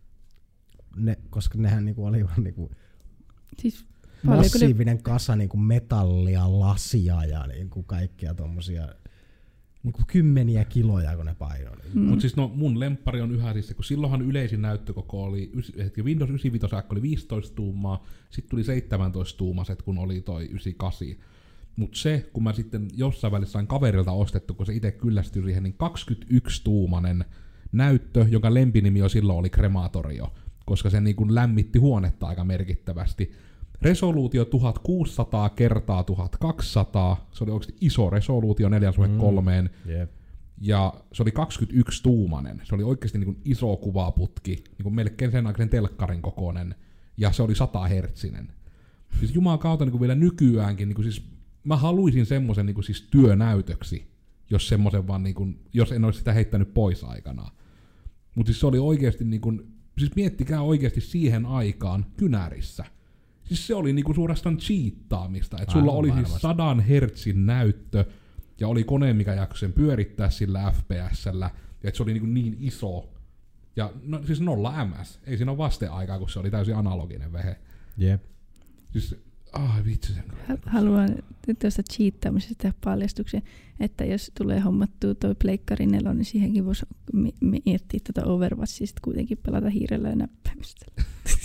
Koska nehän niin kuin oli vaan niin kuin siis massiivinen kasa niin kuin metallia, lasia ja niin kuin kaikkia tommosia niinku 10 kiloja, kun ne painoi. Mutta siis mun lemppari on yhä siis se, kun silloinhan yleisin näyttökoko oli, Windows 95 oli 15 tuumaa, sitten tuli 17 tuumaset, kun oli toi 98. Mutta se, kun mä sitten jossain välissä sain kaverilta ostettu, kun se itse kyllästyi siihen, niin 21-tuumanen näyttö, jonka lempinimi jo silloin oli Krematorio, koska se niin kuin lämmitti huonetta aika merkittävästi. Resoluutio 1600 kertaa 1200, se oli oikeasti iso resoluutio 4:3, ja se oli 21-tuumanen, se oli oikeasti niin kuin iso kuvaputki, niin kuin melkein sen aikaisen telkkarin kokoinen, ja se oli 100 hertsinen. Siis jumalan kautta niin kuin vielä nykyäänkin, niin kuin siis, mä haluaisin semmoisen niin kuin siis työnäytöksi, jos semmoisen vaan, niin kuin, jos en olisi sitä heittänyt pois aikanaan. Mutta siis se oli oikeasti, niin kuin, siis miettikää oikeasti siihen aikaan kynärissä. Siis se oli niinku suorastaan cheattaamista, että sulla oli siis 100 hertsin näyttö, ja oli kone, mikä jaksoi sen pyörittää sillä FPS:llä, ja että se oli niin iso. Ja no, siis 0 ms, ei siinä ole vasteaikaa, kun se oli täysin analoginen vehe. Jep. Siis, vitsi sen. Haluan tuosta cheattaamisesta tehdä paljastuksen, että jos tulee hommattua toi Pleikkari 4, niin siihenkin voisi miettiä tätä Overwatchia sitten kuitenkin pelata hiirellä ja näppäimistöllä.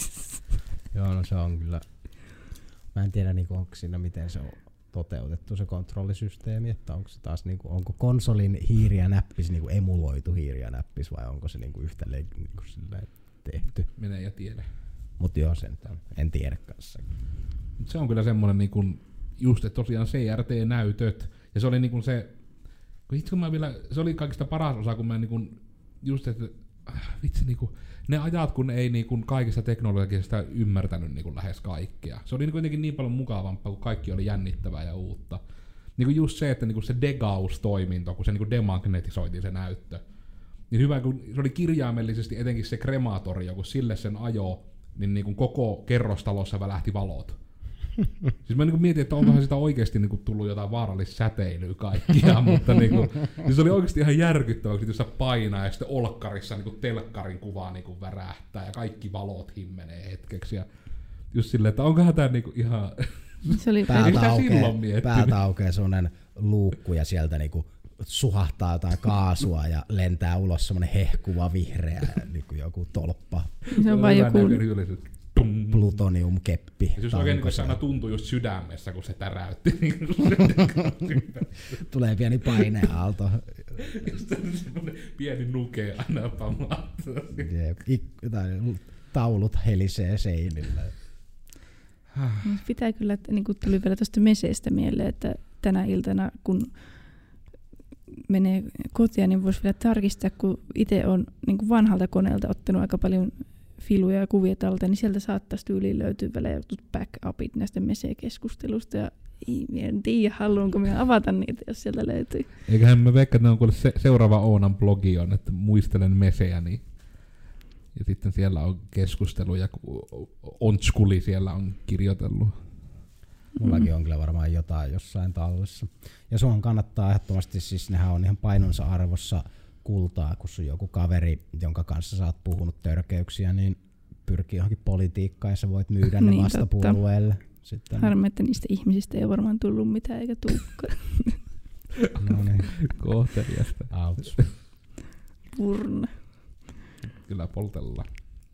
Joo, no se on kyllä. Mä en tiedä, niinku, onko siinä miten se on toteutettu se kontrollisysteemi, että onko se taas niinku, onko konsolin hiiri ja näppis niinku emuloitu hiiri ja näppis vai onko se niinku yhtä niinku tehty. Minä en tiedä. Mut joo, sentään. En tiedä kanssa. Se on kyllä semmonen niinku, just että tosiaan CRT-näytöt, ja se oli niinku se, kun mä vielä, se oli kaikista paras osa, kun mä niinku, just että, vitsi niinku, ne ajat, kun ei niinku kaikista teknologisista ymmärtänyt niinku lähes kaikkea. Se oli niinku jotenkin niin paljon mukavampaa, kun kaikki oli jännittävää ja uutta. Niinku just se, että niinku se degaus-toiminto, kun se niinku demagnetisoitiin se näyttö. Niin hyvä, kun se oli kirjaimellisesti etenkin se krematorio, kun sille sen ajo, niin niinku koko kerrostalossa välähti valot. Siis mä niinku mietin, että onkohan sitä oikeesti niinku tullut jotain vaarallista säteilyä kaikkia, mutta niinku, siis se oli oikeesti ihan järkyttävää, kun sä painaa ja sitten olkkarissa niinku telkkarin kuva niinku värähtää ja kaikki valot himmenee hetkeksi. Ja just silleen, että onkohan tää niinku ihan... Se oli päältä aukeaa semmonen luukku ja sieltä niinku suhahtaa jotain kaasua ja lentää ulos semmonen hehkuva vihreä niinku joku tolppa. Se on vaan joku... plutoniumkeppi. Ja siis oikein niin se aina tuntui just sydämessä, kun se täräytti. Tulee pieni paineaalto. Semmoinen pieni nuke aina pamaattaa. Taulut helisee seinillä. Pitää kyllä, että niin tuli vielä tuosta meseestä mieleen, että tänä iltana kun menee kotiin, niin voisi vielä tarkistaa, kun itse on niin vanhalta koneelta ottanut aika paljon filuja ja kuvia talteen, niin sieltä saattaisi tyyliin löytyä vielä jotkut backupit näistä mesee-keskustelusta. Ja en tiedä, haluanko minä avata niitä, jos sieltä löytyy. Eiköhän me veikkaa, että ne on kuule seuraava Oonan blogi on, että muistelen mesejä. Niin. Ja sitten siellä on keskusteluja, kun Ontskuli siellä on kirjoitellut. Mullakin on kyllä varmaan jotain jossain tallessa. Ja sun kannattaa ehdottomasti, siis nehän on ihan painonsa arvossa kultaa, kun sun joku kaveri, jonka kanssa sä oot puhunut törkeyksiä, niin pyrkii johonkin politiikkaan ja sä voit myydä ne Niin, vastapuolueelle. Sitten Harmi, että niistä ihmisistä ei ole varmaan tullut mitään eikä tulekaan. no niin. Kohteliasta. Ouch. Purna. Kyllä poltellaan.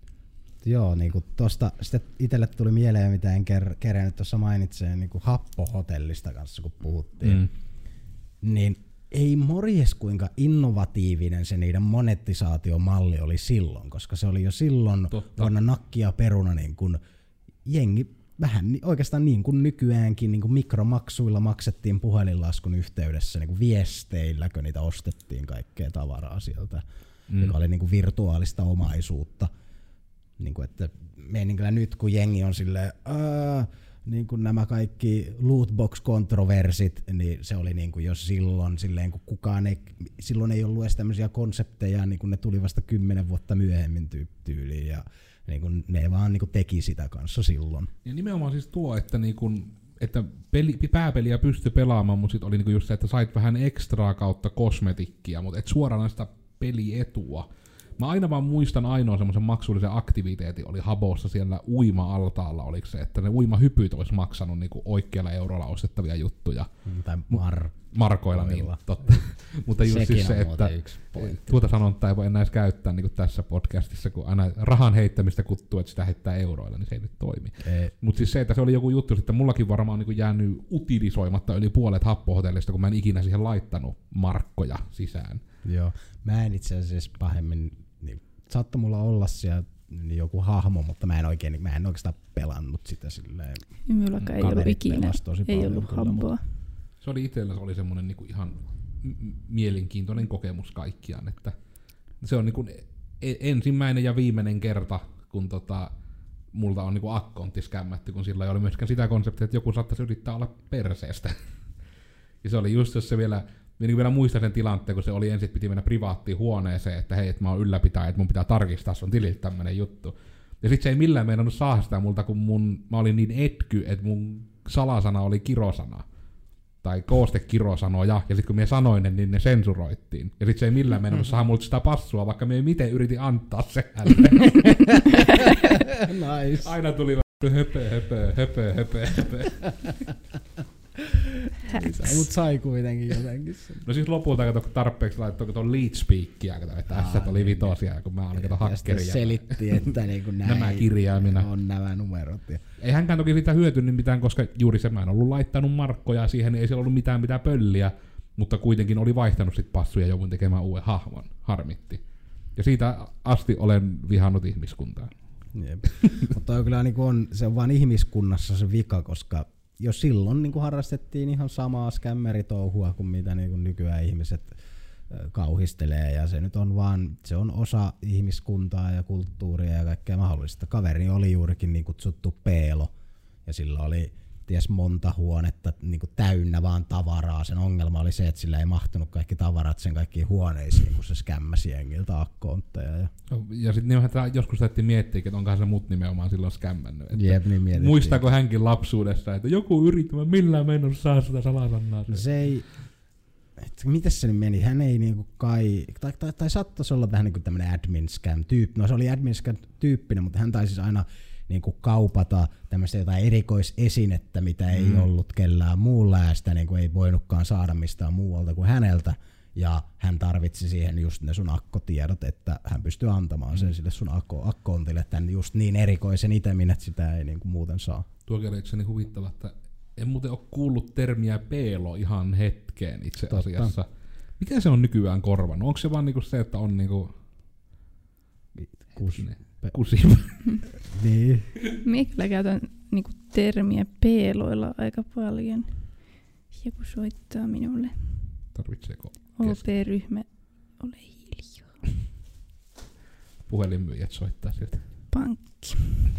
Joo, niinku tosta sitten itselle tuli mieleen, mitä en kerennyt tuossa mainitseen, niinku happohotellista kanssa, kun puhuttiin. Niin ei morjes kuinka innovatiivinen se niiden monetisaatiomalli oli silloin, koska se oli jo silloin vuonna nakki ja peruna niin kun jengi vähän oikeastaan niin kuin nykyäänkin niin kuin mikromaksuilla maksettiin puhelinlaskun yhteydessä niin kuin viesteilläkö niitä ostettiin kaikkea tavaraa sieltä, joka oli niin kuin virtuaalista omaisuutta. Niin kuin, että meininkällä nyt kun jengi on silleen, niin kuin nämä kaikki lootbox-kontroversit, niin se oli niin kuin jo silloin, silleen, kun silloin ei ollut edes tämmöisiä konsepteja, niin kuin ne tuli vasta 10 vuotta myöhemmin tyyliin, ja niin kuin ne vaan niin kuin teki sitä kanssa silloin. Ja nimenomaan siis tuo, että, niin kuin, että pääpeliä pystyi pelaamaan, mutta sitten oli niin kuin just se, että sait vähän ekstraa kautta kosmetikkia, mutta et suoranaista pelietua. Mä aina vaan muistan ainoa semmoisen maksullisen aktiviteetin oli Habossa siellä uima-altaalla, oliko se, että ne uimahypyt olisi maksanut niinku oikealla eurolla ostettavia juttuja. Tai markoilla, niin totta. Mutta just siis se, että tuota sanontaa ei voi enää edes käyttää niin kuin tässä podcastissa, kun aina rahan heittämistä kuttuu, että sitä heittää euroilla, niin se ei nyt toimi. Mutta siis se, että se oli joku juttu, että mullakin varmaan niin kuin jäänyt utilisoimatta yli puolet happohotellista, kun mä en ikinä siihen laittanut markkoja sisään. Joo, mä en itse asiassa pahemmin, niin, saattoi mulla olla siellä joku hahmo, mutta mä en oikeastaan pelannut sitä silleen. Minullakaan ei ollut ikinä, ei ollut hampoa. Se oli itsellä oli semmoinen niinku ihan mielenkiintoinen kokemus kaikkiaan, että se on niinku ensimmäinen ja viimeinen kerta, kun multa on niinku akkontti skämmätty, kun sillä ei ole myöskään sitä konseptia, että joku saattaisi yrittää olla perseestä. Ja se oli just, jos se vielä muistan sen tilanteen, kun se oli ensin, piti mennä privaattiin huoneeseen, että hei, että mä oon ylläpitäjä, että mun pitää tarkistaa sun tililtä tämmönen juttu. Ja sit se ei millään meinannut saada sitä multa, kun mä olin niin etky, että mun salasana oli kirosana. Tai koostekirosanoja, ja sit kun minä sanoin ne, niin ne sensuroittiin. Ja sit se ei millään meinannut saada multa sitä passua, vaikka minä miten yritin antaa sen hänelle. Nice. Aina tuli höpö. Mut sai kuitenkin jotenkin. No siis lopulta kato, kun tarpeeksi laittoi tuon lead speakia, että ässät oli vitosia, kun mä olin hakkeria. Ja selitti, että niinku nämä kirjaimina on nämä numerot. Ei hänkään toki siitä hyötynyt mitään, koska juuri se mä en ollut laittanut markkoja, siihen ei siellä ollut mitään pölliä, mutta kuitenkin oli vaihtanut sit passuja jonkun tekemään uuden hahmon. Harmitti. Ja siitä asti olen vihannut ihmiskuntaa. Mutta kyllä niinku se on vaan ihmiskunnassa se vika, koska jo silloin niin kuin harrastettiin ihan samaa skämmeritouhua kuin mitä niin kuin nykyään ihmiset kauhistelee, ja se nyt on vaan, se on osa ihmiskuntaa ja kulttuuria ja kaikkea mahdollista. Kaveri oli juurikin niin kutsuttu Peelo, ja sillä oli ties monta huonetta niin kuin täynnä vaan tavaraa. Sen ongelma oli se, että sillä ei mahtunut kaikki tavarat sen kaikkiin huoneisiin, kun se skämmäsi jengiltä akkoonteja. Ja sitten joskus täytyy miettiä, että onkohan se mut nimenomaan silloin skämmännyt. Jep, niin muistaako hänkin lapsuudessa, että joku yrittämä millään meinannut saa sitä salasannaa? No se ei, mites se nyt meni? Hän ei niinku kai, tai saattaisi olla vähän niinku tämmönen admin scam tyyppi. No se oli admin scam tyyppinen, mutta hän taisi aina niinku kaupata tämmöistä jotain erikoisesinettä, mitä ei ollut kellään muulla, ja sitä niinku ei voinutkaan saada mistään muualta kuin häneltä. Ja hän tarvitsi siihen just ne sun akkotiedot, että hän pystyy antamaan sen sille sun akkoontille tämän just niin erikoisen itemin, että sitä ei niinku muuten saa. Tuo kerrokseni huvittava, että en muuten ole kuullut termiä peelo ihan hetkeen itse asiassa. Mikä se on nykyään korvannut? Onko se vaan niinku se, että on niinku kusi? Niin. Minä kyllä käytän niinku termiä peeloilla aika paljon. Joku soittaa minulle. Tarvitseeko? OP-ryhmä, ole hiljaa. Puhelinmyyjät soittaa sieltä. Pankki.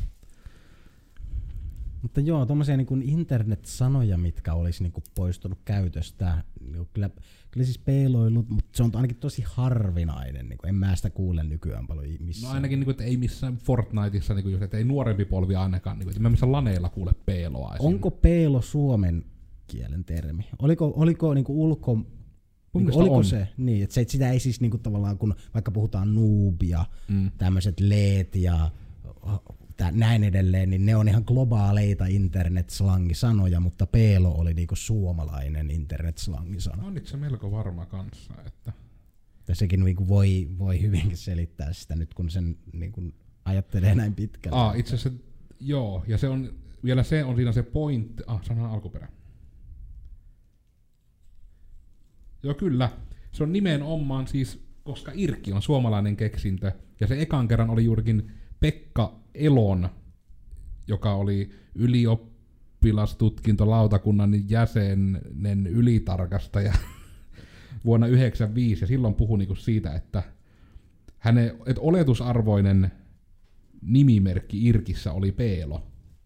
Mutta joo, tommosia niinku internet-sanoja, mitkä olisi niinku poistunut käytöstä. Niinku kyllä siis peiloilut, mutta se on ainakin tosi harvinainen. Niinku en mä sitä kuule nykyään paljon missään. No ainakin, niinku, että ei missään Fortniteissa, niinku, että ei nuorempi polvi ainakaan. Niinku, että mä missään laneilla kuule peiloa. Onko peilo suomen kielen termi? Oliko niinku Niin oliko se? Niin, että sitä ei siis niinku tavallaan, kun vaikka puhutaan noob ja tämmöiset leet ja näin edelleen, niin ne on ihan globaaleita internet-slangisanoja, mutta peelo oli niinku suomalainen internet-slangisana. On itse melko varma kanssa, että... Ja sekin niinku voi hyvinkin selittää sitä nyt, kun sen niinku ajattelee näin pitkälle. Itse asiassa joo, ja se on, vielä se on siinä se point, sanan alkuperä. Joo kyllä, se on nimenomaan siis, koska irkki on suomalainen keksintö, ja se ekan kerran oli juurikin Pekka Elon, joka oli ylioppilastutkintolautakunnan jäsenen ylitarkastaja vuonna 1995, ja silloin puhui niinku siitä, että oletusarvoinen nimimerkki irkissä oli Peelo.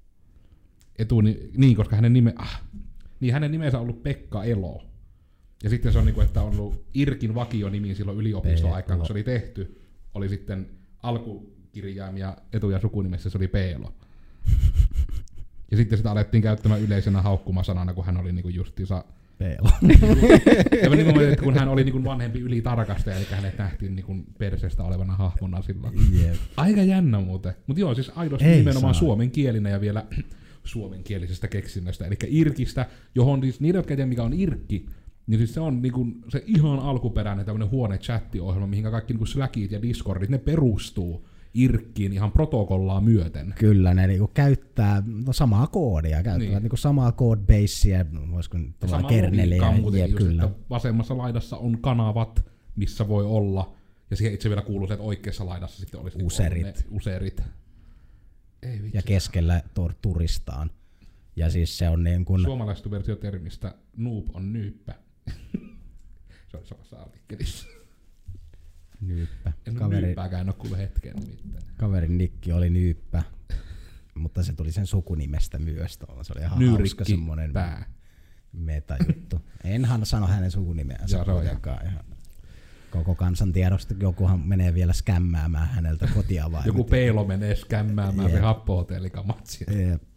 Niin, koska hänen nimensä on ollut Pekka Elo. Ja sitten se on niinku, että on ollut irkin vakionimi silloin yliopistoaikaan, kun se oli tehty, oli sitten alkukirjaim ja etu- ja sukunimessä se oli Peelo. Ja sitten sitä alettiin käyttämään yleisenä haukkumasanana, kun hän oli niinku justiinsa Peelo. Ja niin kun hän oli niin vanhempi ylitarkastaja, eli hänet nähtiin niin perseestä olevana hahmona silloin. Yep. Aika jännä muuten. Mutta joo, siis aidosti nimenomaan suomenkielinen ja vielä suomenkielisestä keksinnöstä, eli irkistä, johon siis niitä, jotka ei tiedä mikä on irkki, niin siis se on niinku se ihan alkuperäinen tämmöinen huone-chattiohjelma, mihin kaikki niinku Slackit ja Discordit, ne perustuu irkkiin ihan protokollaa myöten. Kyllä, ne niinku käyttää samaa koodia, käyttävät niinku samaa codebasea, voisiko tavallaan kerneliä. Kyllä. Vasemmassa laidassa on kanavat, missä voi olla, ja siihen itse vielä kuuluu se, että oikeassa laidassa sitten olisi userit. Ei vitsi. Ja keskellä turistaan. Ja siis se on niin kuin... Suomalaistu versio termistä noob on nyyppä. Se oli samassa artikkelissa. Nyyppä. Nyyppääkään en ole kuullut hetken mitään. Kaverin nikki oli Nyyppä, mutta se tuli sen sukunimestä myös. Se oli ihan hauska semmoinen meta-juttu. Enhän sano hänen sukunimeänsä kuitenkaan. Koko kansan tiedosta jokuhan menee vielä skämmäämään häneltä kotiavaimet. Joku peilo menee skämmäämään se happo-hotellikamatsia.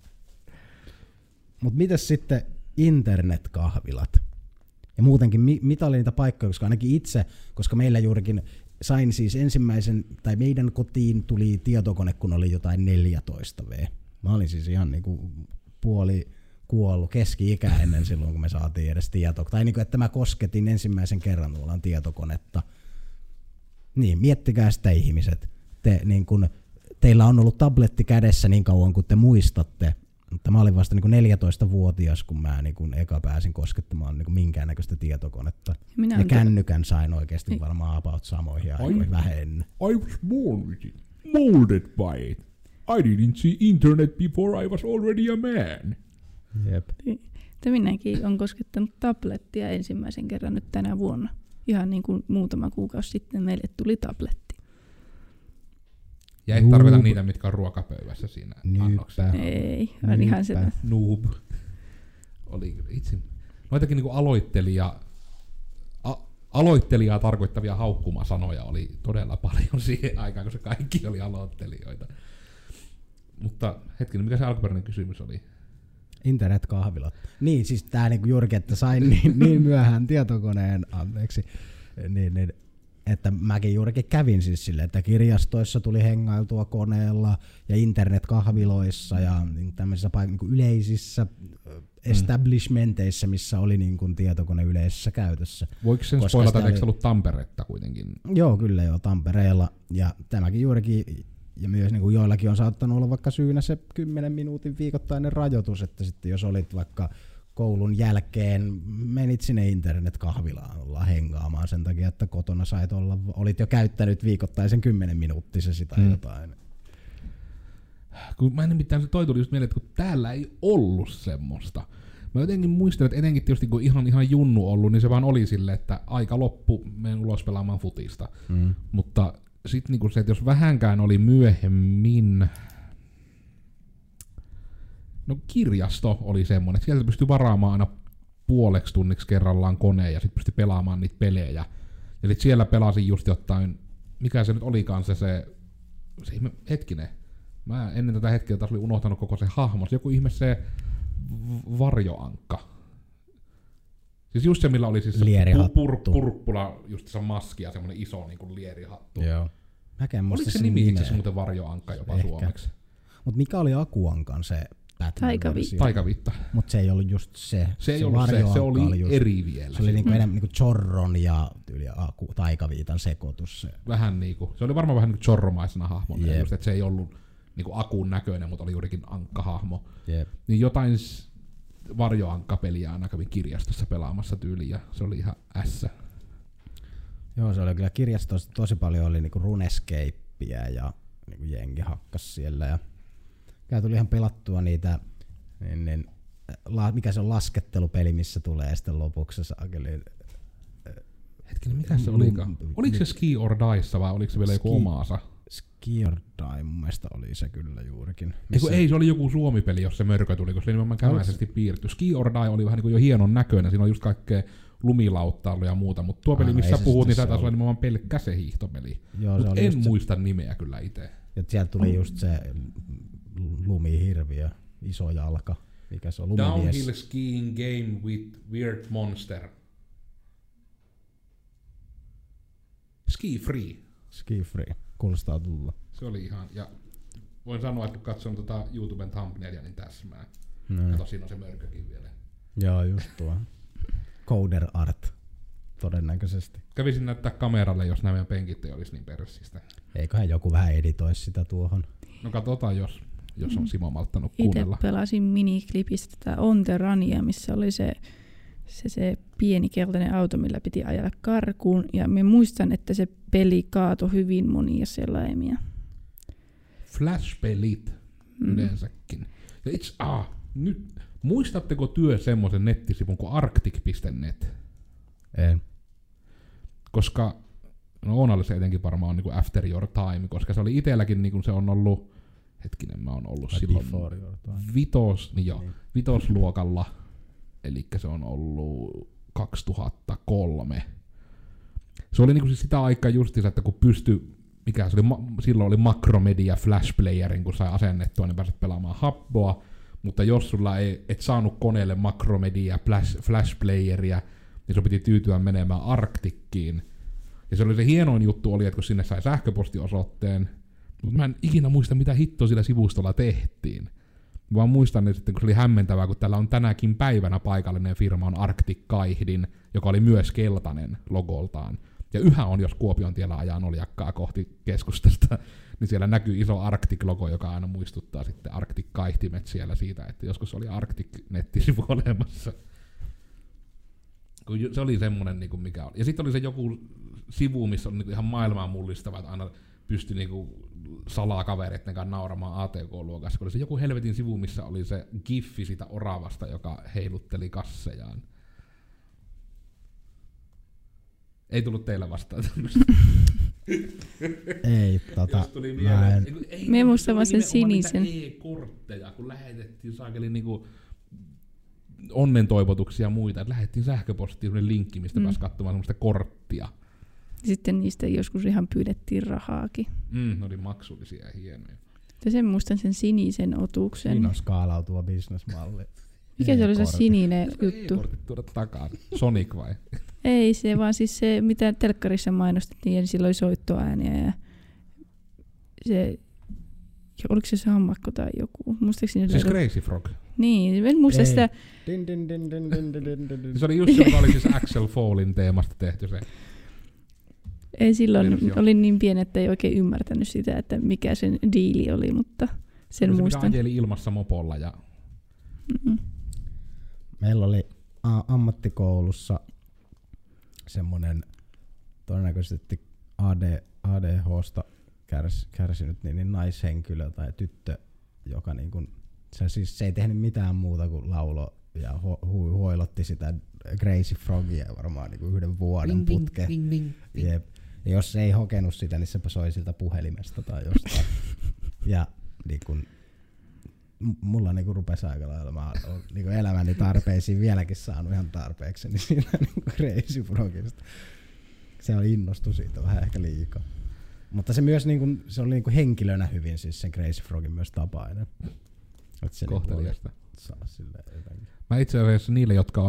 Mutta mitäs sitten internetkahvilat? Ja muutenkin, mitä oli niitä paikkoja, koska ainakin itse, koska meillä juurikin sain siis ensimmäisen, tai meidän kotiin tuli tietokone, kun oli jotain 14V. Mä olin siis ihan niinku puoli kuollut keski-ikäinen silloin, kun me saatiin edes tietokonetta. Tai niinku, että mä kosketin ensimmäisen kerran tuollaan tietokonetta. Niin, miettikää sitä ihmiset. Teillä on ollut tabletti kädessä niin kauan kuin te muistatte, mutta mä olin vasta niin 14-vuotias, kun mä niin eka pääsin koskettamaan niin minkäännäköistä tietokonetta. Ja kännykän sain oikeasti varmaan about samoihin aikoihin vähän ennen. I was born with it, molded by it. I didn't see internet before I was already a man. Jep. Minäkin olen koskettanut tablettia ensimmäisen kerran nyt tänä vuonna. Ihan niin kuin muutama kuukausi sitten meille tuli tabletti. Ja ei tarvita niitä, mitkä on ruokapöydässä siinä annoksessa. Ei, on ihan sitä. Noob. Oli itse. Noitakin niinku aloittelijaa tarkoittavia haukkumasanoja oli todella paljon siihen aikaan, kun se kaikki oli aloittelijoita. Mutta hetkinen, mikä se alkuperäinen kysymys oli? Internetkahvilat. Niin, siis tää niinku juurikin, että sain niin myöhään tietokoneen, anteeksi, niin että mäkin juurikin kävin siis silleen, että kirjastoissa tuli hengailtua koneella ja internetkahviloissa ja tämmöisissä niin yleisissä establishmenteissa, missä oli niin kuin tietokone yleisessä käytössä. Voiko sen spoilata, että eikö ollut Tamperetta kuitenkin? Joo, kyllä joo, Tampereella. Ja tämäkin juurikin, ja myös niin kuin joillakin on saattanut olla vaikka syynä se 10 minuutin viikoittainen rajoitus, että sitten jos olit vaikka koulun jälkeen menit sinne internetkahvilaan ollaan hengaamaan sen takia, että kotona olit jo käyttänyt viikoittaisen 10 minuuttisen tai jotain. Kun mä en nimittäin toi tuli just mieleen, että kun täällä ei ollut semmoista. Mä jotenkin muistan, että etenkin tietysti kun ihan junnu ollut, niin se vaan oli silleen, että aika loppu, menen ulos pelaamaan futista. Mutta sit niinku se, että jos vähänkään oli myöhemmin, no kirjasto oli semmoinen, että sieltä pystyi varaamaan aina puoleksi tunniksi kerrallaan koneen ja sitten pystyi pelaamaan niitä pelejä. Ja sit siellä pelasin just jotain, mikä se nyt olikaan se hetkinen. Mä ennen tätä hetkeä taas olin unohtanut koko se hahmo. Joku ihme se varjoankka. Siis just se, millä oli siis purppula, just se maski ja semmoinen iso niinku lierihattu. Joo. Oliko se nimi itse asiassa muuten varjoankka jopa ehkä suomeksi? Mut mikä oli Akuankan se Taikaviitta. Mut se ei ollut just se. Se ei ollut se, se oli just eri vielä. Se oli niinku enemmän niinku Zorron ja Taikaviitan sekoitus. Vähän niinku, se oli varmaan vähän niinku Zorromaisena hahmona, just, että se ei ollut niinku Akun näköinen, mutta oli juurikin ankkahahmo. Niin jotain varjoankkapeliä aina kävin kirjastossa pelaamassa tyyliin ja se oli ihan ässä. Joo, se oli kyllä kirjastossa tosi paljon oli niinku RuneScapea ja niinku jengi hakkas siellä ja tuli ihan pelattua niitä mikä se on laskettelupeli, missä tulee sitten lopuksi saakeli. Hetkinen, mikä se olikaan? Oliko se Ski or Dice vai oliko se vielä joku omaansa? Ski or Die mun mielestä oli se kyllä juurikin. Ei, se oli joku Suomi-peli, jos se mörkö tuli, koska se nimenomaan kämäisesti piirtyi. Ski or Die oli vähän niin kuin jo hienon näköinen, siinä on just kaikkea lumilauttailu ja muuta, mutta tuo peli, missä puhut, niin taisi olla nimenomaan pelkkä se hiihtopeli. Mutta en muista nimeä kyllä itse. Ja sieltä tuli just se lumihirviö, iso jalka. Mikä se on? Downhill skiing game with weird monster. Ski free. Kuulostaa tulla. Se oli ihan, ja voin sanoa, että kun katson YouTuben thumbnailia, niin täsmää. Kato, siinä on se mörkökin vielä. Joo, just tuo. Coder art, todennäköisesti. Kävisin näyttää kameralle, jos nämä meidän penkit ei olisi niin persistä. Eiköhän joku vähän editoisi sitä tuohon. No katsotaan, jos on Simo malttanut kuunnella. Itse pelasin miniklipistä tätä On the Runia, missä oli se pieni keltainen auto, millä piti ajella karkuun. Ja mä muistan, että se peli kaatoi hyvin monia selaimia. Flash-pelit yleensäkin. Ja nyt, muistatteko työ semmoisen nettisivun kuin arctic.net? En. Koska, Oonalle se etenkin varmaan on niin kuin After Your Time, koska se oli itselläkin niin kuin se on ollut, mä oon ollut silloin vitosluokalla, eli se on ollut 2003. Se oli niin kuin siis sitä aikaa justiinsa, että kun pystyi, mikä se oli, silloin oli Macromedia Flash Playerin, kun sai asennettua, niin pääsit pelaamaan Habboa, mutta jos sulla et saanut koneelle Macromedia Flash Playeria, niin sun piti tyytyä menemään Arctickiin. Ja se oli se hienoin juttu oli, että kun sinne sai sähköpostiosoitteen, mutta mä en ikinä muista, mitä hittoa sillä sivustolla tehtiin. Mä vaan muistan, että kun se oli hämmentävää, kun täällä on tänäkin päivänä paikallinen firma on Arctic Kaihdin, joka oli myös keltainen logoltaan. Ja yhä on, jos Kuopion tiellä ajaa Noljakkaa kohti keskustasta, niin siellä näkyy iso Arctic-logo, joka aina muistuttaa sitten Arctic-kaihtimet siellä siitä, että joskus oli Arctic-nettisivu olemassa. Se oli semmoinen, niin kuin mikä oli. Ja sitten oli se joku sivu, missä oli niin ihan maailmaa mullistava, että aina pystyi niin salaa kavereiden kanssa nauramaan ATK-luokassa. Oli se joku helvetin sivu, missä oli se giffi sitä oravasta, joka heilutteli kassejaan. Ei tullut teillä vastaan tämmöistä. Ei, Jos tuli mieleen. Me muistamme sen sinisen. E-kortteja, kun lähetettiin saakeli niinku onnen toivotuksia ja muita. Et lähettiin sähköpostiin sellainen linkki, mistä pääsi katsomaan semmoista korttia. Sitten niistä joskus ihan pyydettiin rahaakin. Ne oli maksullisia ja hienoja. Ja sen muistan sen sinisen otuksen. Siinä on skaalautuva bisnesmalli. Mikä se oli se sininen juttu? E-kortit tuoda takaa. Sonic vai? Ei se, vaan siis se, mitä telkkarissa mainostettiin, ja sillä oli soittoääniä ja se, oliko se sammakko tai joku? Siis Crazy Frog? Niin, en muista sitä. Se oli just se, joka oli siis Axel Folin teemasta tehty se. Ei silloin, oli niin pieni, että ei oikein ymmärtänyt sitä, että mikä sen diili oli, mutta sen muistan. Se ajeli ilmassa mopolla ja... Meillä oli ammattikoulussa semmoinen todennäköisesti ADHsta kärsinyt niin naishenkilö tai tyttö, joka niin kuin, se ei tehnyt mitään muuta kuin laulo ja huilotti sitä Crazy Frogia varmaan niin kuin 1 vuoden putkeen. Ja jos se ei hokenut sitä, niin se soi siltä puhelimesta tai jostain. Ja niin kuin, mulla niinku rupesi aika lailla, mä oon niinku elämäni tarpeisiin vieläkin saanut ihan tarpeeksi, niin siinä niinku Crazy Frogista. Se oli innostu siitä vähän ehkä liikaa. Mutta se myös niinku, se oli niinku henkilönä hyvin siis sen Crazy Frogin myös tapainen. Kohteliasta. Saa silleen jotenkin. Mä itse asiassa niille, jotka on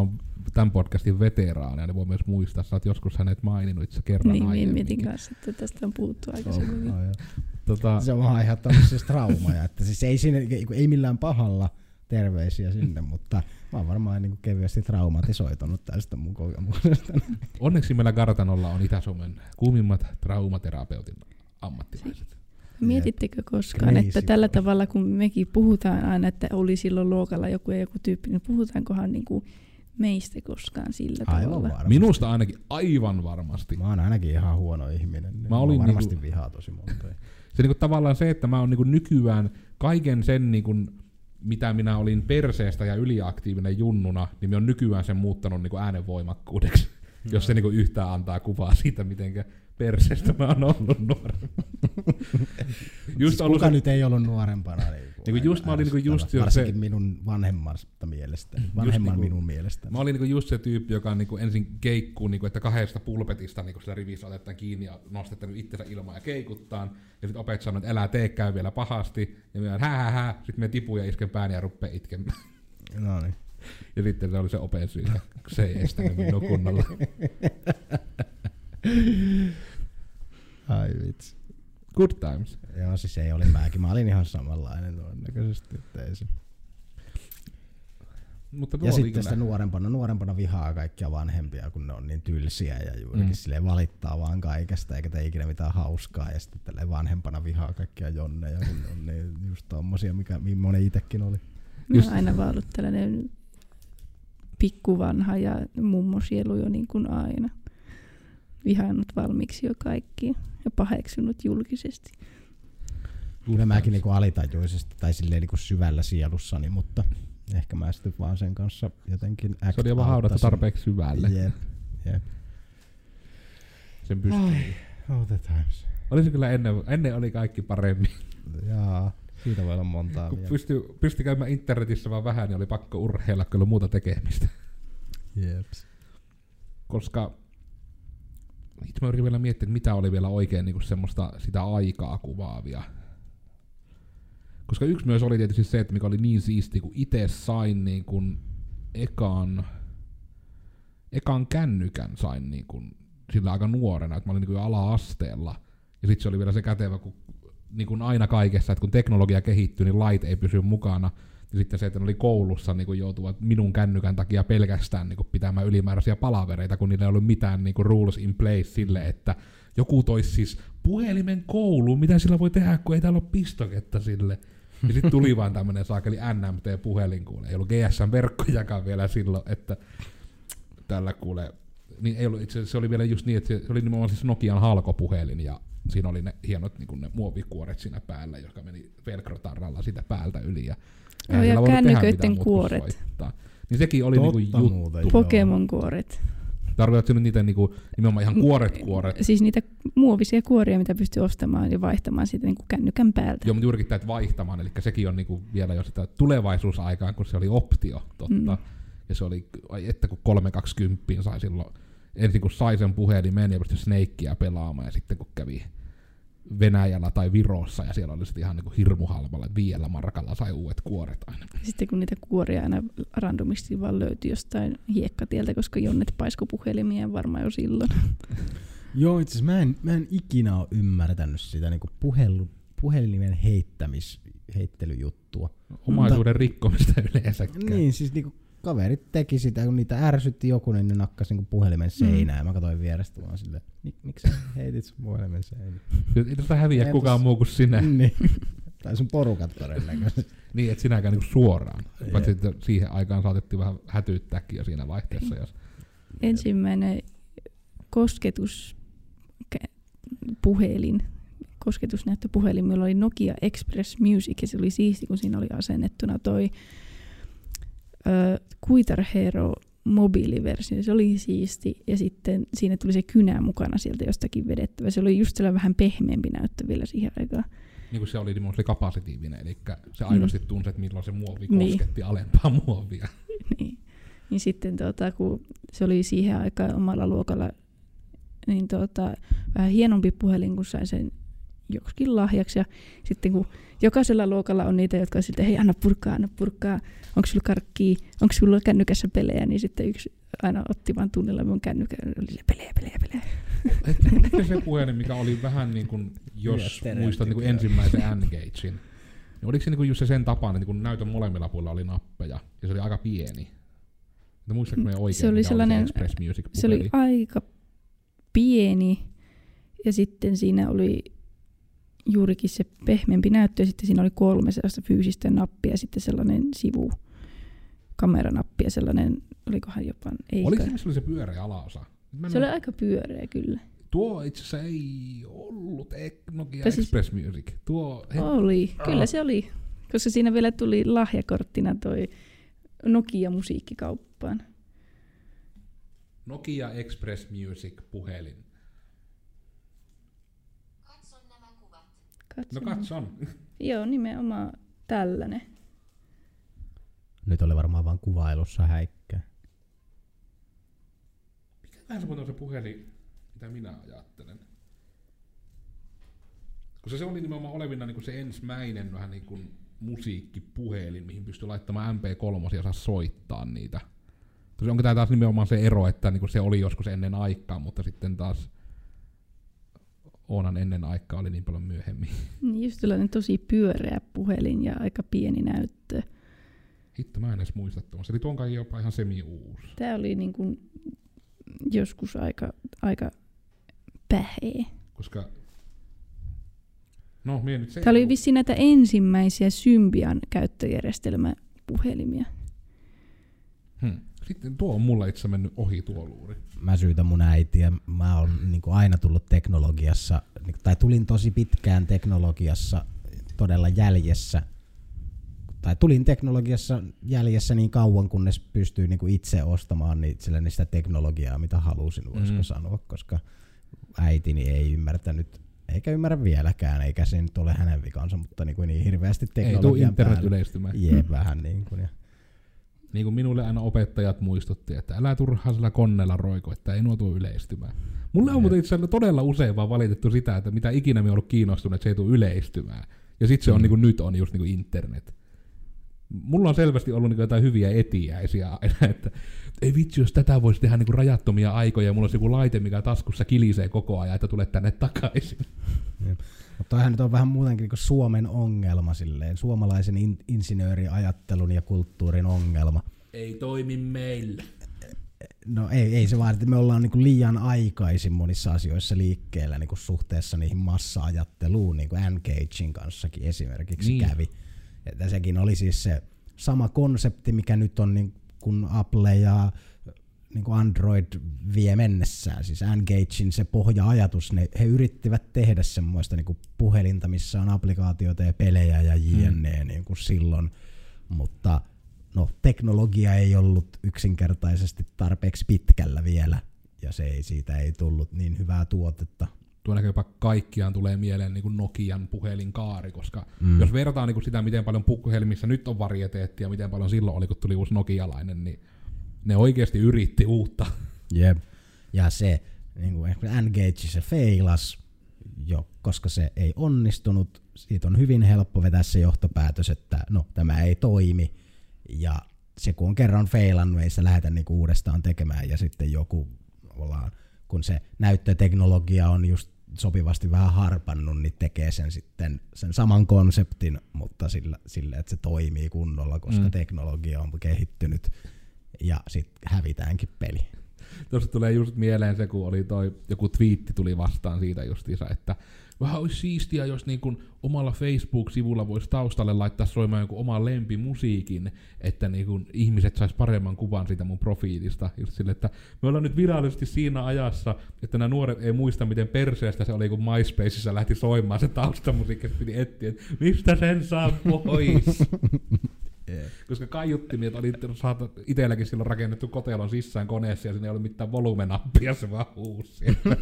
tämän podcastin veteraaneja, niin voi myös muistaa, sä oot joskus hänet maininnut itse kerran niin, aiemmin. Mietin kanssa, että tästä on puhuttu aikaisemmin. Se on aiheuttanut siis traumaa, että siis ei millään pahalla terveisiä sinne, mutta mä oon varmaan niin kevyesti traumatisoitunut tästä mun kokemuksesta. Onneksi meillä Kartanolla on Itä-Suomen kuumimmat traumaterapeutin ammattilaiset. Mietittekö koskaan, että tällä tavalla kun mekin puhutaan aina, että oli silloin luokalla joku tyyppi, niin puhutaankohan niinku meistä koskaan sillä tavalla? Varmasti. Minusta ainakin aivan varmasti. Mä oon ainakin ihan huono ihminen. Niin mä olin varmasti vihaa tosi monta. Se niinku tavallaan se, että mä oon niinku nykyään kaiken sen, niinku, mitä minä olin perseestä ja yliaktiivinen junnuna, niin mä oon nykyään sen muuttanut niinku äänenvoimakkuudeksi, jos se niinku yhtään antaa kuvaa siitä, mitenkä perseestä mä oon ollut nuorempana. Siis kuka nyt ei ollut nuorempana? Niin just mä olin niinku just varsinkin minun vanhemmasta mielestä. Minun mielestä. Mä olin niinku just se tyyppi, joka niinku ensin keikkuu, niinku, että 2 pulpetista niinku sitä rivissä otetaan kiinni ja nostetaan itsensä ilmaan ja keikuttaan. Ja sitten opettaja sanoi, että älä tee, käy vielä pahasti. Ja minä Sitten me tipun ja isken pään ja ruppeen itkemään. No niin. Ja sitten se oli se open syy, se ei estänyt minua kunnolla. Ai vitsi. Good times. Joo, siis ei oli mäkin. Mä olin ihan samanlainen todennäköisesti. Mutta ja sitten sitä nuorempana vihaa kaikkia vanhempia, kun ne on niin tylsiä ja juurikin silleen valittaa vaan kaikesta, eikä tee ikinä mitään hauskaa. Ja sitten tälleen vanhempana vihaa kaikkia jonneja, kun ne on niin just tommosia, millainen itekin oli. Mä oon aina vaan ollut tällainen pikkuvanha ja mummosielu jo niin kuin aina. Vihannut valmiiksi jo kaikkia ja paheksunut julkisesti. Kyllä mäkin niinku alitajuisesti tai silleen niinku syvällä sielussani, mutta ehkä mä sitten vaan sen kanssa jotenkin se oli vaan haudattu tarpeeksi syvälle. Jep. Sen pystyy. All the times. Olisi kyllä ennen oli kaikki paremmin. Jaa, siitä voi olla montaa. Kun pystyi käymään internetissä vaan vähän, niin oli pakko urheilla, kun oli muuta tekemistä. Jeps. Koska itse mä yritin vielä miettiä, että mitä oli vielä oikein niin semmoista sitä aikaa kuvaavia. Koska yksi myös oli tietysti se, että mikä oli niin siisti, kun itse sain niin kuin ekan kännykän sain niin kuin sillä aika nuorena, että mä olin niin kuin jo ala-asteella. Ja sitten se oli vielä se kätevä, kun niin kuin aina kaikessa, että kun teknologia kehittyy, niin lait ei pysy mukana. Ja sitten se, että ne oli koulussa niin joutuvat minun kännykän takia pelkästään niin pitämään ylimääräisiä palavereita, kun niillä ei ollut mitään niin rules in place sille, että joku toisi siis puhelimen kouluun, mitä sillä voi tehdä, kun ei täällä ole pistoketta sille. Ja sitten tuli vaan tämmönen saakeli NMT-puhelin, kuule. Ei ollut GSM-verkkojakaan vielä silloin, että tällä kuule. Niin ei ollut, itse se oli vielä just niin, että se oli nimenomaan siis Nokian halkopuhelin, ja siinä oli ne hienot niin ne muovikuoret siinä päällä, jotka meni velcrotarralla sitä päältä yli. Ja kännyköiden kuoret. Niin sekin oli niinku juttu. Pokemon-kuoret. Tarkoitatko nyt niitä niinku, nimenomaan ihan kuoret? Siis niitä muovisia kuoria, mitä pystyy ostamaan ja vaihtamaan siitä niinku kännykän päältä. Joo, mutta juurikin tätä vaihtamaan, eli sekin on niinku vielä jo sitä tulevaisuusaikaan, kun se oli optio, totta. Ja se oli, että kun 320 sai silloin, ensin kun sai sen puhelimen ja pystyi Snakea pelaamaan, ja sitten kun kävi Venäjällä tai Virossa, ja siellä oli sitten ihan niinku hirmu halvalla, 5 markalla sai uudet kuoret aina. Sitten kun niitä kuoria aina randomisti vaan löytyi jostain hiekkatieltä, koska jonnet paisko puhelimia varmaan jo silloin. Joo, itse asiassa mä en ikinä ole ymmärtänyt sitä niinku puhelimen heittelyjuttua. Omaisuuden rikkomista yleensäkään. Niin, siis niinku kaverit teki sitä, kun niitä ärsytti joku, niin ne nakkasi niinku puhelimen seinään. Ja mä katsoin vierestä vaan silleen, miksi sä heitit sun puhelimen seinään? Ei tästä häviä kukaan muu kuin sinä. Niin. Tai sun porukat todennäköisesti. Niin, et sinäkään niinku suoraan. Paitsi siihen aikaan saatettiin vähän hätyyttääkin jo siinä vaihteessa. Jos ensimmäinen kosketusnäyttöpuhelin, meillä oli Nokia Express Music, ja se oli siisti, kun siinä oli asennettuna toi Guitar Hero mobiiliversio. Se oli siisti, ja sitten siinä tuli se kynä mukana sieltä jostakin vedettävä. Se oli just sellainen vähän pehmeämpi näyttö vielä siihen aikaan. Niin kuin se oli kapasitiivinen, eli se aidosti tunsi, että milloin se muovi kosketti alempaa muovia. Niin sitten kun se oli siihen aikaan omalla luokalla niin vähän hienompi puhelin, kun sai sen joksikin lahjaksi. Ja sitten kun jokaisella luokalla on niitä, jotka on siltä, hei anna purkkaa, onko sulla karkkia, onko sulla kännykässä pelejä, niin sitten yksi aina otti vaan tunnilla mun kännykän, oli pelejä. Oliko se puhelin, mikä oli vähän niin kuin, jos muistat niin kuin ensimmäisen N-Gagein, niin oliko se niin kuin just se sen tapaan, että niin näytön molemmilla puolilla oli nappeja, ja se oli aika pieni? Muistatko me oikein, se oli sellainen, se Express Music -puhelin? Se oli aika pieni, ja sitten siinä oli juurikin se pehmeämpi näyttö, ja sitten siinä oli 3 sellaista fyysistä nappia, ja sitten sellainen kameranappi, ja sellainen, olikohan jopa, oliko se, missä oli se pyöreä alaosa? Se oli aika pyöreä, kyllä. Tuo itse asiassa ei ollut Nokia Express Music. Oli, kyllä se oli, koska siinä vielä tuli lahjakorttina toi Nokia musiikkikauppaan. Nokia Express Music -puhelin. Katson nämä kuvat. Katson. Joo, nimenomaan tällainen. Nyt oli varmaan vaan kuvailussa häikkää. Mikähän se on se puhelin, mitä minä ajattelen? Koska se oli nimenomaan olevina niin kuin se ensimmäinen vähän niin kuin musiikkipuhelin, mihin pystyy laittamaan MP3 ja saa soittaa niitä. Tosi onko tämä taas nimenomaan se ero, että niin kuin se oli joskus ennen aikaa, mutta sitten taas Oonan ennen aikaa oli niin paljon myöhemmin. Just sellainen tosi pyöreä puhelin ja aika pieni näyttö. Hitto, mä en edes muista tuossa. Eli tuon kai jopa ihan semi-uusi. Tää oli niin kuin joskus aika päheä. Koska no, nyt se tämä oli vissiin näitä ensimmäisiä Symbian käyttöjärjestelmäpuhelimia. Sitten tuo on mulla itse mennyt ohi tuo luuri. Mä syytän mun äitiä. Mä oon niinku aina tullut teknologiassa, tai tulin tosi pitkään teknologiassa todella jäljessä. Tai tulin teknologiassa jäljessä niin kauan, kunnes pystyy niinku itse ostamaan sitä teknologiaa, mitä halusin, voisiko sanoa, koska äitini ei ymmärtänyt, eikä ymmärrä vieläkään, eikä se nyt ole hänen vikansa, mutta niin hirveästi teknologian ei internet päälle yleistymään. Vähän niin kuin. Niin kuin minulle aina opettajat muistutti, että älä turhaan sillä koneella roiko, että ei nuo tuo yleistymään. Mulle on itse asiassa todella usein vaan valitettu sitä, että mitä ikinä me on ollut kiinnostunut, että se ei tule yleistymään. Ja sitten se on niin kuin nyt on just niin kuin internet. Mulla on selvästi ollut niin jotain hyviä etiäisiä aina, että ei vitsi, jos tätä voisi tehdä niin kuin rajattomia aikoja, ja mulla olisi joku laite, mikä taskussa kilisee koko ajan, että tulee tänne takaisin. Mutta toihan nyt on vähän muutenkin niin kuin Suomen ongelma silleen, suomalaisen insinööriajattelun ja kulttuurin ongelma. Ei toimi meillä. No ei se vaan, että me ollaan niin kuin liian aikaisin monissa asioissa liikkeellä niin kuin suhteessa niihin massa-ajatteluun, niin kuin N-Gagein kanssakin esimerkiksi kävi. Että sekin oli siis se sama konsepti, mikä nyt on niin kuin Apple ja niin kuin Android vie mennessään. Siis N-Gagein se pohja-ajatus, he yrittivät tehdä semmoista niin kuin puhelinta, missä on applikaatioita ja pelejä ja jne. Niin kuin silloin, mutta no, teknologia ei ollut yksinkertaisesti tarpeeksi pitkällä vielä, ja siitä ei tullut niin hyvää tuotetta. Tuo näköpä kaikkiaan tulee mieleen niin kuin Nokian puhelinkaari, koska jos vertaa niin kuin sitä, miten paljon puhelimissa nyt on varieteettia, miten paljon silloin oli, kun tuli uusi nokialainen, niin ne oikeasti yritti uutta. Jep. Ja se niin kuin N-Gage se feilas, koska se ei onnistunut. Siitä on hyvin helppo vetää se johtopäätös, että no, tämä ei toimi. Ja se kun on kerran feilannut, ei sitä lähdetä niin kuin uudestaan tekemään. Ja sitten kun se näyttöteknologia on just sopivasti vähän harpannut, niin tekee sen saman konseptin, mutta sillä että se toimii kunnolla, koska teknologia on kehittynyt. Ja sitten hävitäänkin peli. Tuosta tulee just mieleen se, kun oli joku twiitti tuli vastaan siitä justiinsa, että vähän olisi siistiä, jos niin kun omalla Facebook-sivulla voisi taustalle laittaa soimaan jonkun oman lempimusiikin, että niin kun ihmiset sais paremman kuvan siitä mun profiilista. Just sille, että me ollaan nyt virallisesti siinä ajassa, että nämä nuoret ei muista, miten perseestä se oli, kun MySpaceissa lähti soimaan se taustamusiikki, ja piti etsiä, että mistä sen saa pois. Koska kaiuttimia, että oli itselläkin silloin rakennettu kotelon sisään koneessa ja siinä ei ollut mitään volumenappia, se vaan huusi sieltä.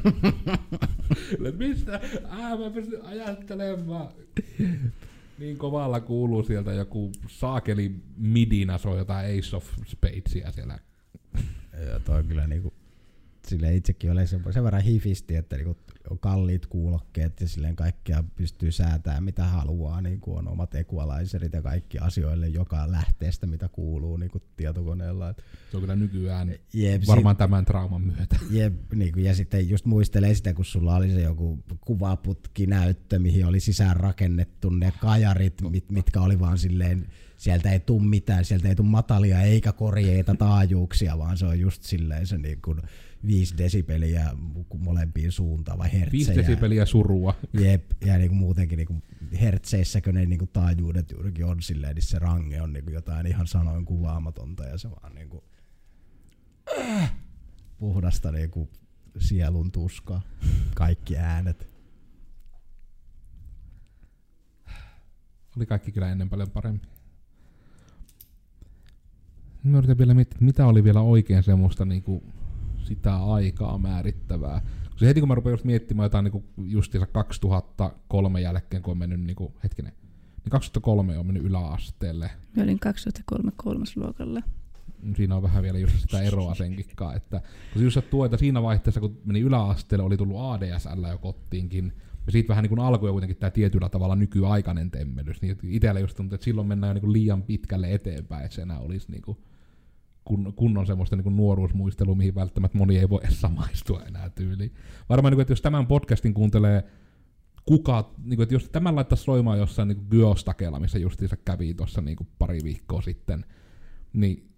Mistä? Mä pystyn ajattelemaan. Niin kovalla kuuluu sieltä joku saakeli midina, se on jotain Ace of Spadesiä siellä. Joo, toi kyllä niinku, sille itsekin oli sen verran hifisti, että niinku on kalliit kuulokkeet ja silleen kaikkea pystyy säätämään mitä haluaa, niin kuin on omat equalizerit ja kaikki asioille joka lähteestä mitä kuuluu niin kuin tietokoneella. Se on kyllä nykyään varmaan tämän trauman myötä. Niin kuin, ja sitten just muistelee sitä, kun sulla oli se joku kuvaputkinäyttö, mihin oli sisään rakennettu ne kajarit, mitkä oli vaan silleen, sieltä ei tule mitään, sieltä ei tule matalia eikä korjeita taajuuksia, vaan se on just silleen se niin kuin 5 desibeliä molempiin suuntaan vai hertsejä. 5 desibeliä surua. Jep, ja niin kuin muutenkin niin kuin hertseissäkö ne niin kuin taajuudet juurikin on silleen, niin se range on niin kuin jotain ihan sanoin kuvaamatonta ja se vaan niin kuin puhdasta niin kuin sielun tuskaa. Kaikki äänet. Oli kaikki kyllä ennen paljon paremmin. Mä yritän vielä miettiä, mitä oli vielä oikein semmoista niinku sitä aikaa määrittävää. Se heti kun mä rupean just miettimään jotain niinku justiinsa 2003 jälkeen, kun on mennyt niinku, hetkinen, niin 2003 on mennyt yläasteelle. Mä olin 2003 kolmasluokalla. Siinä on vähän vielä just sitä eroa senkikkaa, että kun se just sattuu, että siinä vaihteessa, kun meni yläasteelle, oli tullut ADSL jo kotiinkin, ja siitä vähän niin kuin alkoi kuitenkin tämä tietyllä tavalla nykyaikainen temmelys, niin itsellä just tuntuu, että silloin mennään jo niin kuin liian pitkälle eteenpäin, että se enää olisi niin kuin kunnon semmoista niin kuin nuoruusmuistelua, mihin välttämättä moni ei voi edes samaistua enää tyyliin. Varmaan, niin kuin, että jos tämän podcastin kuuntelee kuka, niin kuin, että jos tämän laittaisi soimaan jossain niin Gyostakella, missä justiinsa kävi tuossa niin kuin pari viikkoa sitten, niin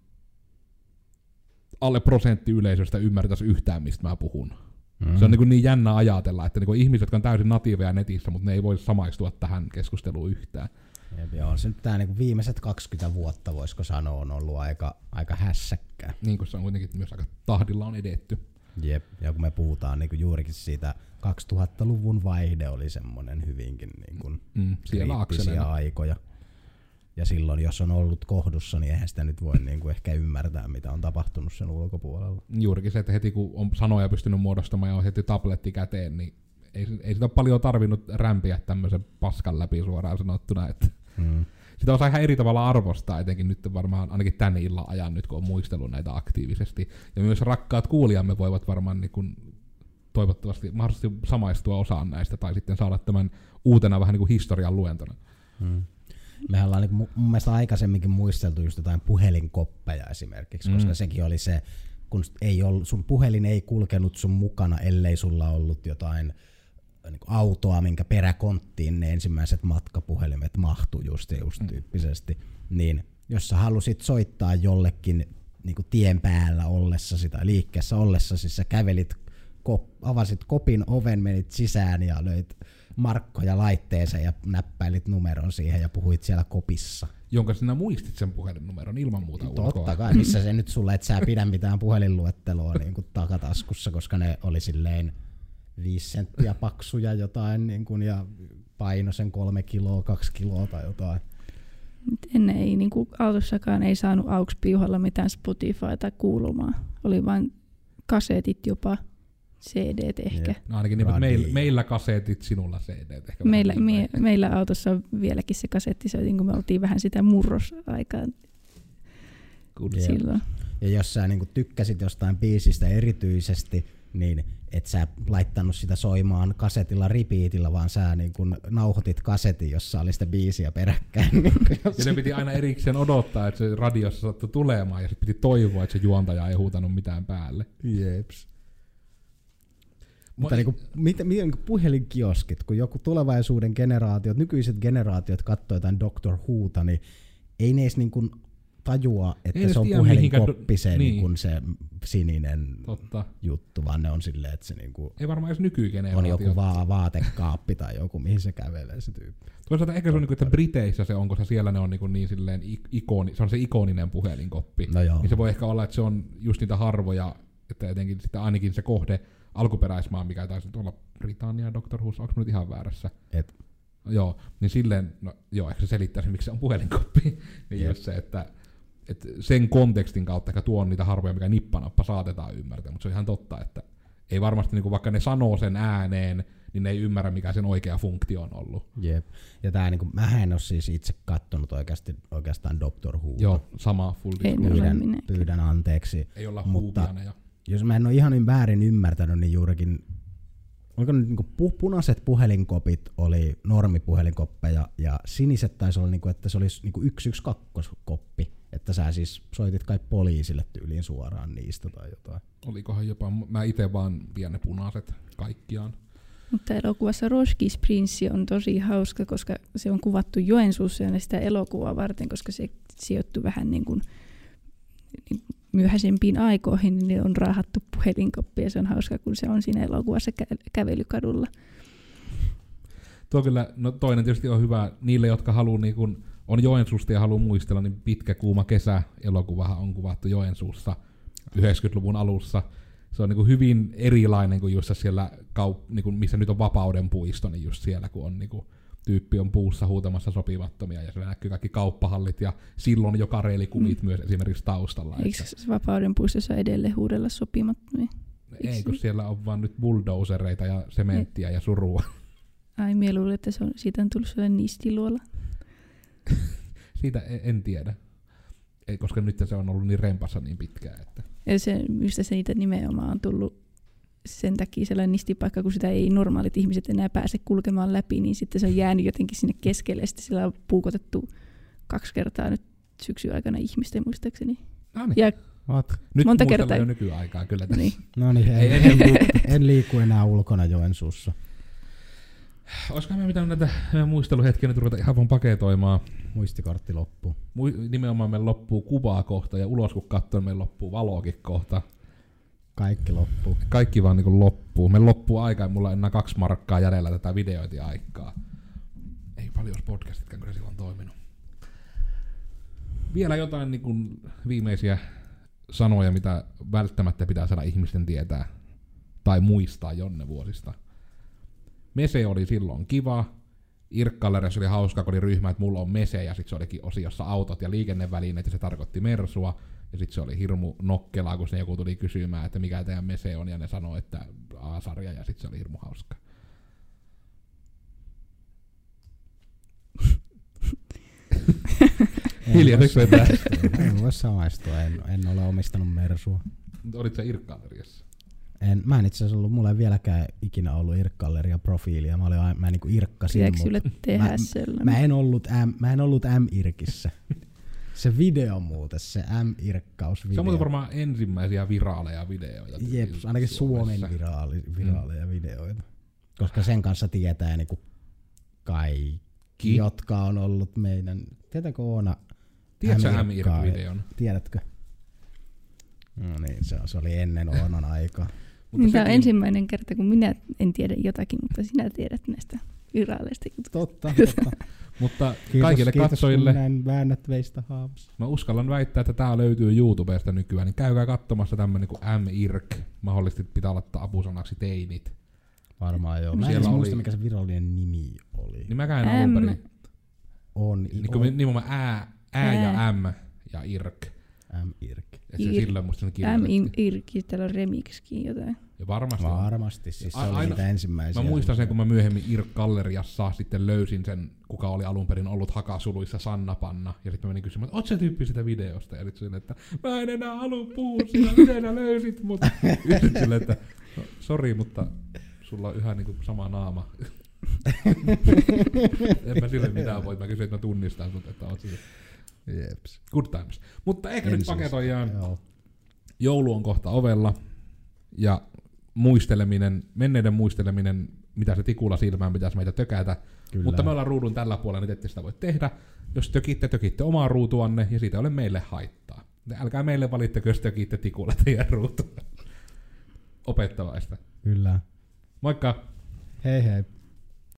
alle prosentti yleisöstä ymmärtäisi yhtään, mistä mä puhun. Se on niin jännä ajatella, että niin ihmiset, jotka on täysin natiiveja netissä, mutta ne ei voi samaistua tähän keskusteluun yhtään. Joo, se nyt tää niin viimeiset 20 vuotta, voisiko sanoa, on ollut aika hässäkkää. Niin kuin se on kuitenkin myös aika tahdilla on edetty. Jep, ja kun me puhutaan niin kuin juurikin siitä 2000-luvun vaihde oli semmoinen hyvinkin niin kuin kriittisiä aikoja. Ja silloin, jos on ollut kohdussa, niin eihän sitä nyt voi niin kuin ehkä ymmärtää, mitä on tapahtunut sen ulkopuolella. Juurikin se, että heti kun on sanoja pystynyt muodostamaan ja on heti tabletti käteen, niin ei sitä ole paljon tarvinnut rämpiä tämmöisen paskan läpi suoraan sanottuna. Että sitä osaa ihan eri tavalla arvostaa, etenkin nyt varmaan ainakin tän illan ajan, nyt kun on muistellut näitä aktiivisesti. Ja myös rakkaat kuulijamme voivat varmaan niin kuin toivottavasti mahdollisesti samaistua osaan näistä, tai sitten saada tämän uutena vähän niin kuin historian luentona. Mehän ollaan niin mun mielestä aikaisemminkin muisteltu just jotain puhelinkoppeja esimerkiksi, koska sekin oli se, kun ei ollut, sun puhelin ei kulkenut sun mukana, ellei sulla ollut jotain niin kuin autoa, minkä peräkonttiin ne ensimmäiset matkapuhelimet mahtui just tyyppisesti. Niin jos sä halusit soittaa jollekin niin kuin tien päällä ollessasi tai liikkeessä ollessasi, sä kävelit, avasit kopin oven, menit sisään ja löit markkoja laitteeseen ja näppäilit numeron siihen ja puhuit siellä kopissa. Jonka sinä muistit sen puhelinnumeron ilman muuta ulkoa. Totta kai, missä se nyt sulle, et sä pidä mitään puhelinluetteloa niin kuin takataskussa, koska ne oli silleen 5 senttiä paksuja jotain niin kuin, ja paino sen 3 kiloa, 2 kiloa tai jotain. Ennen ei niin kuin autossakaan ei saanut AUX-piuhalla mitään Spotifyta kuulumaan. Oli vain kasetit jopa. CDt ehkä. No ainakin niin, meillä kasetit, sinulla CDt ehkä. Meillä autossa on vieläkin se kasettisoitin, kun me oltiin vähän sitä murrosaikaa silloin. Ja jos sä niin tykkäsit jostain biisistä erityisesti, niin et sä laittanut sitä soimaan kasetilla repeatillä, vaan sä niin kun nauhoitit kasetin, jossa oli sitä biisiä peräkkäin. Ja ne piti aina erikseen odottaa, että se radiossa saattoi tulemaan, ja sitten piti toivoa, että se juontaja ei huutanut mitään päälle. Jeps. Mutta miten puhelinkioskit, kun joku tulevaisuuden generaatiot, nykyiset generaatiot katsoo jotain Doctor Whota, niin ei ne edes niin kuin tajua, että se on puhelinkoppi se, niin se sininen juttu, vaan ne on silleen, että se niin kuin ei varmaan edes nykygeneraatio. On joku vaatekaappi tai joku, mihin se kävelee se tyyppi. Toisaalta ehkä se on, että Briteissä se on, koska siellä ne on niin silleen se on se ikoninen puhelinkoppi. No joo. Niin se voi ehkä olla, että se on just niitä harvoja, että etenkin sitä ainakin se kohde, alkuperäismaa, mikä taisi olla Britannia, Doctor Who, onko nyt ihan väärässä? Joo, niin silleen, no joo, ehkä se selittäisi, miksi se on puhelinkoppi. Niin just se, että sen kontekstin kautta ehkä tuon niitä harvoja, mikä nippanappa saatetaan ymmärtää, mutta se on ihan totta, että ei varmasti, niin vaikka ne sanoo sen ääneen, niin ne ei ymmärrä, mikä sen oikea funktio on ollut. Jep. Ja tää, niin mä en ole siis itse kattonut oikeastaan Doctor Who. Joo, sama full pyydän anteeksi. Ei olla huupianeja. Jos mä en ole ihan väärin ymmärtänyt, niin juurikin oliko nyt niinku punaiset puhelinkopit oli normipuhelinkoppeja ja siniset taisi olla, niinku, että se olisi niinku 112-koppi, että sä siis soitit kai poliisille tyyliin suoraan niistä tai jotain. Olikohan jopa, mä itse vaan vien ne punaiset kaikkiaan. Mutta elokuvassa Roskies-prinssi on tosi hauska, koska se on kuvattu Joensuussa ja sitä elokuvaa varten, koska se sijoittui vähän niin kuin myöhäisempiin aikoihin, niin on raahattu puhelinkoppi ja se on hauska, kun se on siinä elokuvassa kävelykadulla. Tuo kyllä, no toinen tietysti on hyvä niille, jotka haluaa, niin kun on Joensuusta ja haluaa muistella, niin Pitkä kuuma kesä -elokuvahan on kuvattu Joensuussa 90-luvun alussa. Se on niin kuin hyvin erilainen kuin just siellä, niin kuin missä nyt on Vapauden puisto, niin just siellä, kun on niin kuin tyyppi on puussa huutamassa sopimattomia, ja siellä näkyy kaikki kauppahallit, ja silloin jo kareelikumit myös esimerkiksi taustalla. Eikö Vapauden puistossa edelleen huudella sopimattomia? Ei, kun siellä on vaan nyt bulldozereita ja sementtiä ja surua. Ai, minä luulen, että siitä on tullut sellainen nistiluola. Siitä en tiedä. Ei, koska nyt se on ollut niin rempassa niin pitkään. Että. Ja mistä se niitä nimenomaan on tullut sen takia sellainen nistipaikka, kun sitä ei normaalit ihmiset enää pääse kulkemaan läpi, niin sitten se on jäänyt jotenkin sinne keskelle, ja sitten sillä on puukotettu 2 kertaa nyt syksyn aikana ihmisten muistaakseni. No niin. Ja nyt monta kertaa jo nykyaikaa kyllä tässä. Niin. No niin, en liiku enää ulkona Joensuussa. Olisikohan me mitään näitä muisteluhetkiä nyt ruveta ihan vaan paketoimaan. Muistikortti loppuu. Nimenomaan meillä loppuu kuvaa kohta, ja ulos kun katsoo, meillä loppuu valoakin kohta. Kaikki loppuu. Kaikki vaan niin loppuu. Meillä loppuu aikaa, ja mulla on enää 2 markkaa jäljellä tätä videointiaikaa. Ei paljon podcastitkään, kun se silloin toiminut. Vielä jotain niin kuin viimeisiä sanoja, mitä välttämättä pitää saada ihmisten tietää tai muistaa Jonne-vuosista. Mese oli silloin kiva. Irkkallerissa oli hauska, kun oli ryhmä, että mulla on Mese, ja sitten se olikin osiossa autot ja liikennevälineet, ja se tarkoitti Mersua. Ja sitten se oli hirmu nokkelaa, kun se joku tuli kysymään, että mikä teidän Mese on, ja ne sanoi, että A-sarja, ja sitten se oli hirmu hauska. En voi samaistua, en ole omistanut Mersua. Olit sä Irkkalleriassa? Mä en itse asiassa ollut, mulla ei vieläkään ikinä ollut Irkkalleria profiilia. Mä niinku irkkasin. Pitääkö sulle tehdä sellainen? Mä en ollut M-irkissä. Se video muuten, se M-irkkausvideo. Se on muuten varmaan ensimmäisiä viraaleja videoita. Jep, ainakin Suomen viraaleja videoita. Koska sen kanssa tietää niinku kaikki, jotka on ollut meidän. Tiedätkö Oona? Tiedätkö M-irk-videon? Tiedätkö? No niin, se oli ennen Oonan aikaa. Niin tämä on ensimmäinen kerta, kun minä en tiedä jotakin, mutta sinä tiedät näistä viraaleista jutuista. Totta. Mutta kaikille katsojille, näin väännät veistä haavassa. mä uskallan väittää, että tää löytyy YouTubesta nykyään, niin käykää katsomassa tämmönen kuin M-irk. Mahdollisesti pitää laittaa apusanaksi teinit. Varmaan joo. Mä en muista, mikä se virallinen nimi oli. Niin mäkään en alun perin. On. Nimenomaan ää ja M ja irk. M-irk. Et se silloin musta sen kirjoitettiin. M-irk, täällä on remixkin jotain. Ja varmasti. Varmasti, siis se oli niitä ensimmäisiä. Mä muistan sen, kun mä myöhemmin Irk-galleriassa sitten löysin sen, kuka oli alun perin ollut hakasuluissa Sanna Panna. Ja sitten mä menin kysymään, että oot sä tyyppi sitä videosta? Ja sitten että mä en enää halua puhua sillä, miten sä löysit mut. Yhdyn silleen, että no, sori, mutta sulla on yhä niinku sama naama. En mä sille mitään voi. Mä kysyin, että mä tunnistan sut, että oot sille. Jeps. Good times. Mutta ehkä nyt paketoidaan. Joulu on kohta ovella. Ja menneiden muisteleminen, mitä se tikulla silmään pitäisi meitä tökätä. Kyllä. Mutta me ollaan ruudun tällä puolella, niin ette sitä voi tehdä. Jos tökitte omaa ruutuanne, ja siitä ei ole meille haittaa. Älkää meille valittako, jos tökitte tikulla teidän ruutua. Opettavaista. Kyllä. Moikka! Hei hei.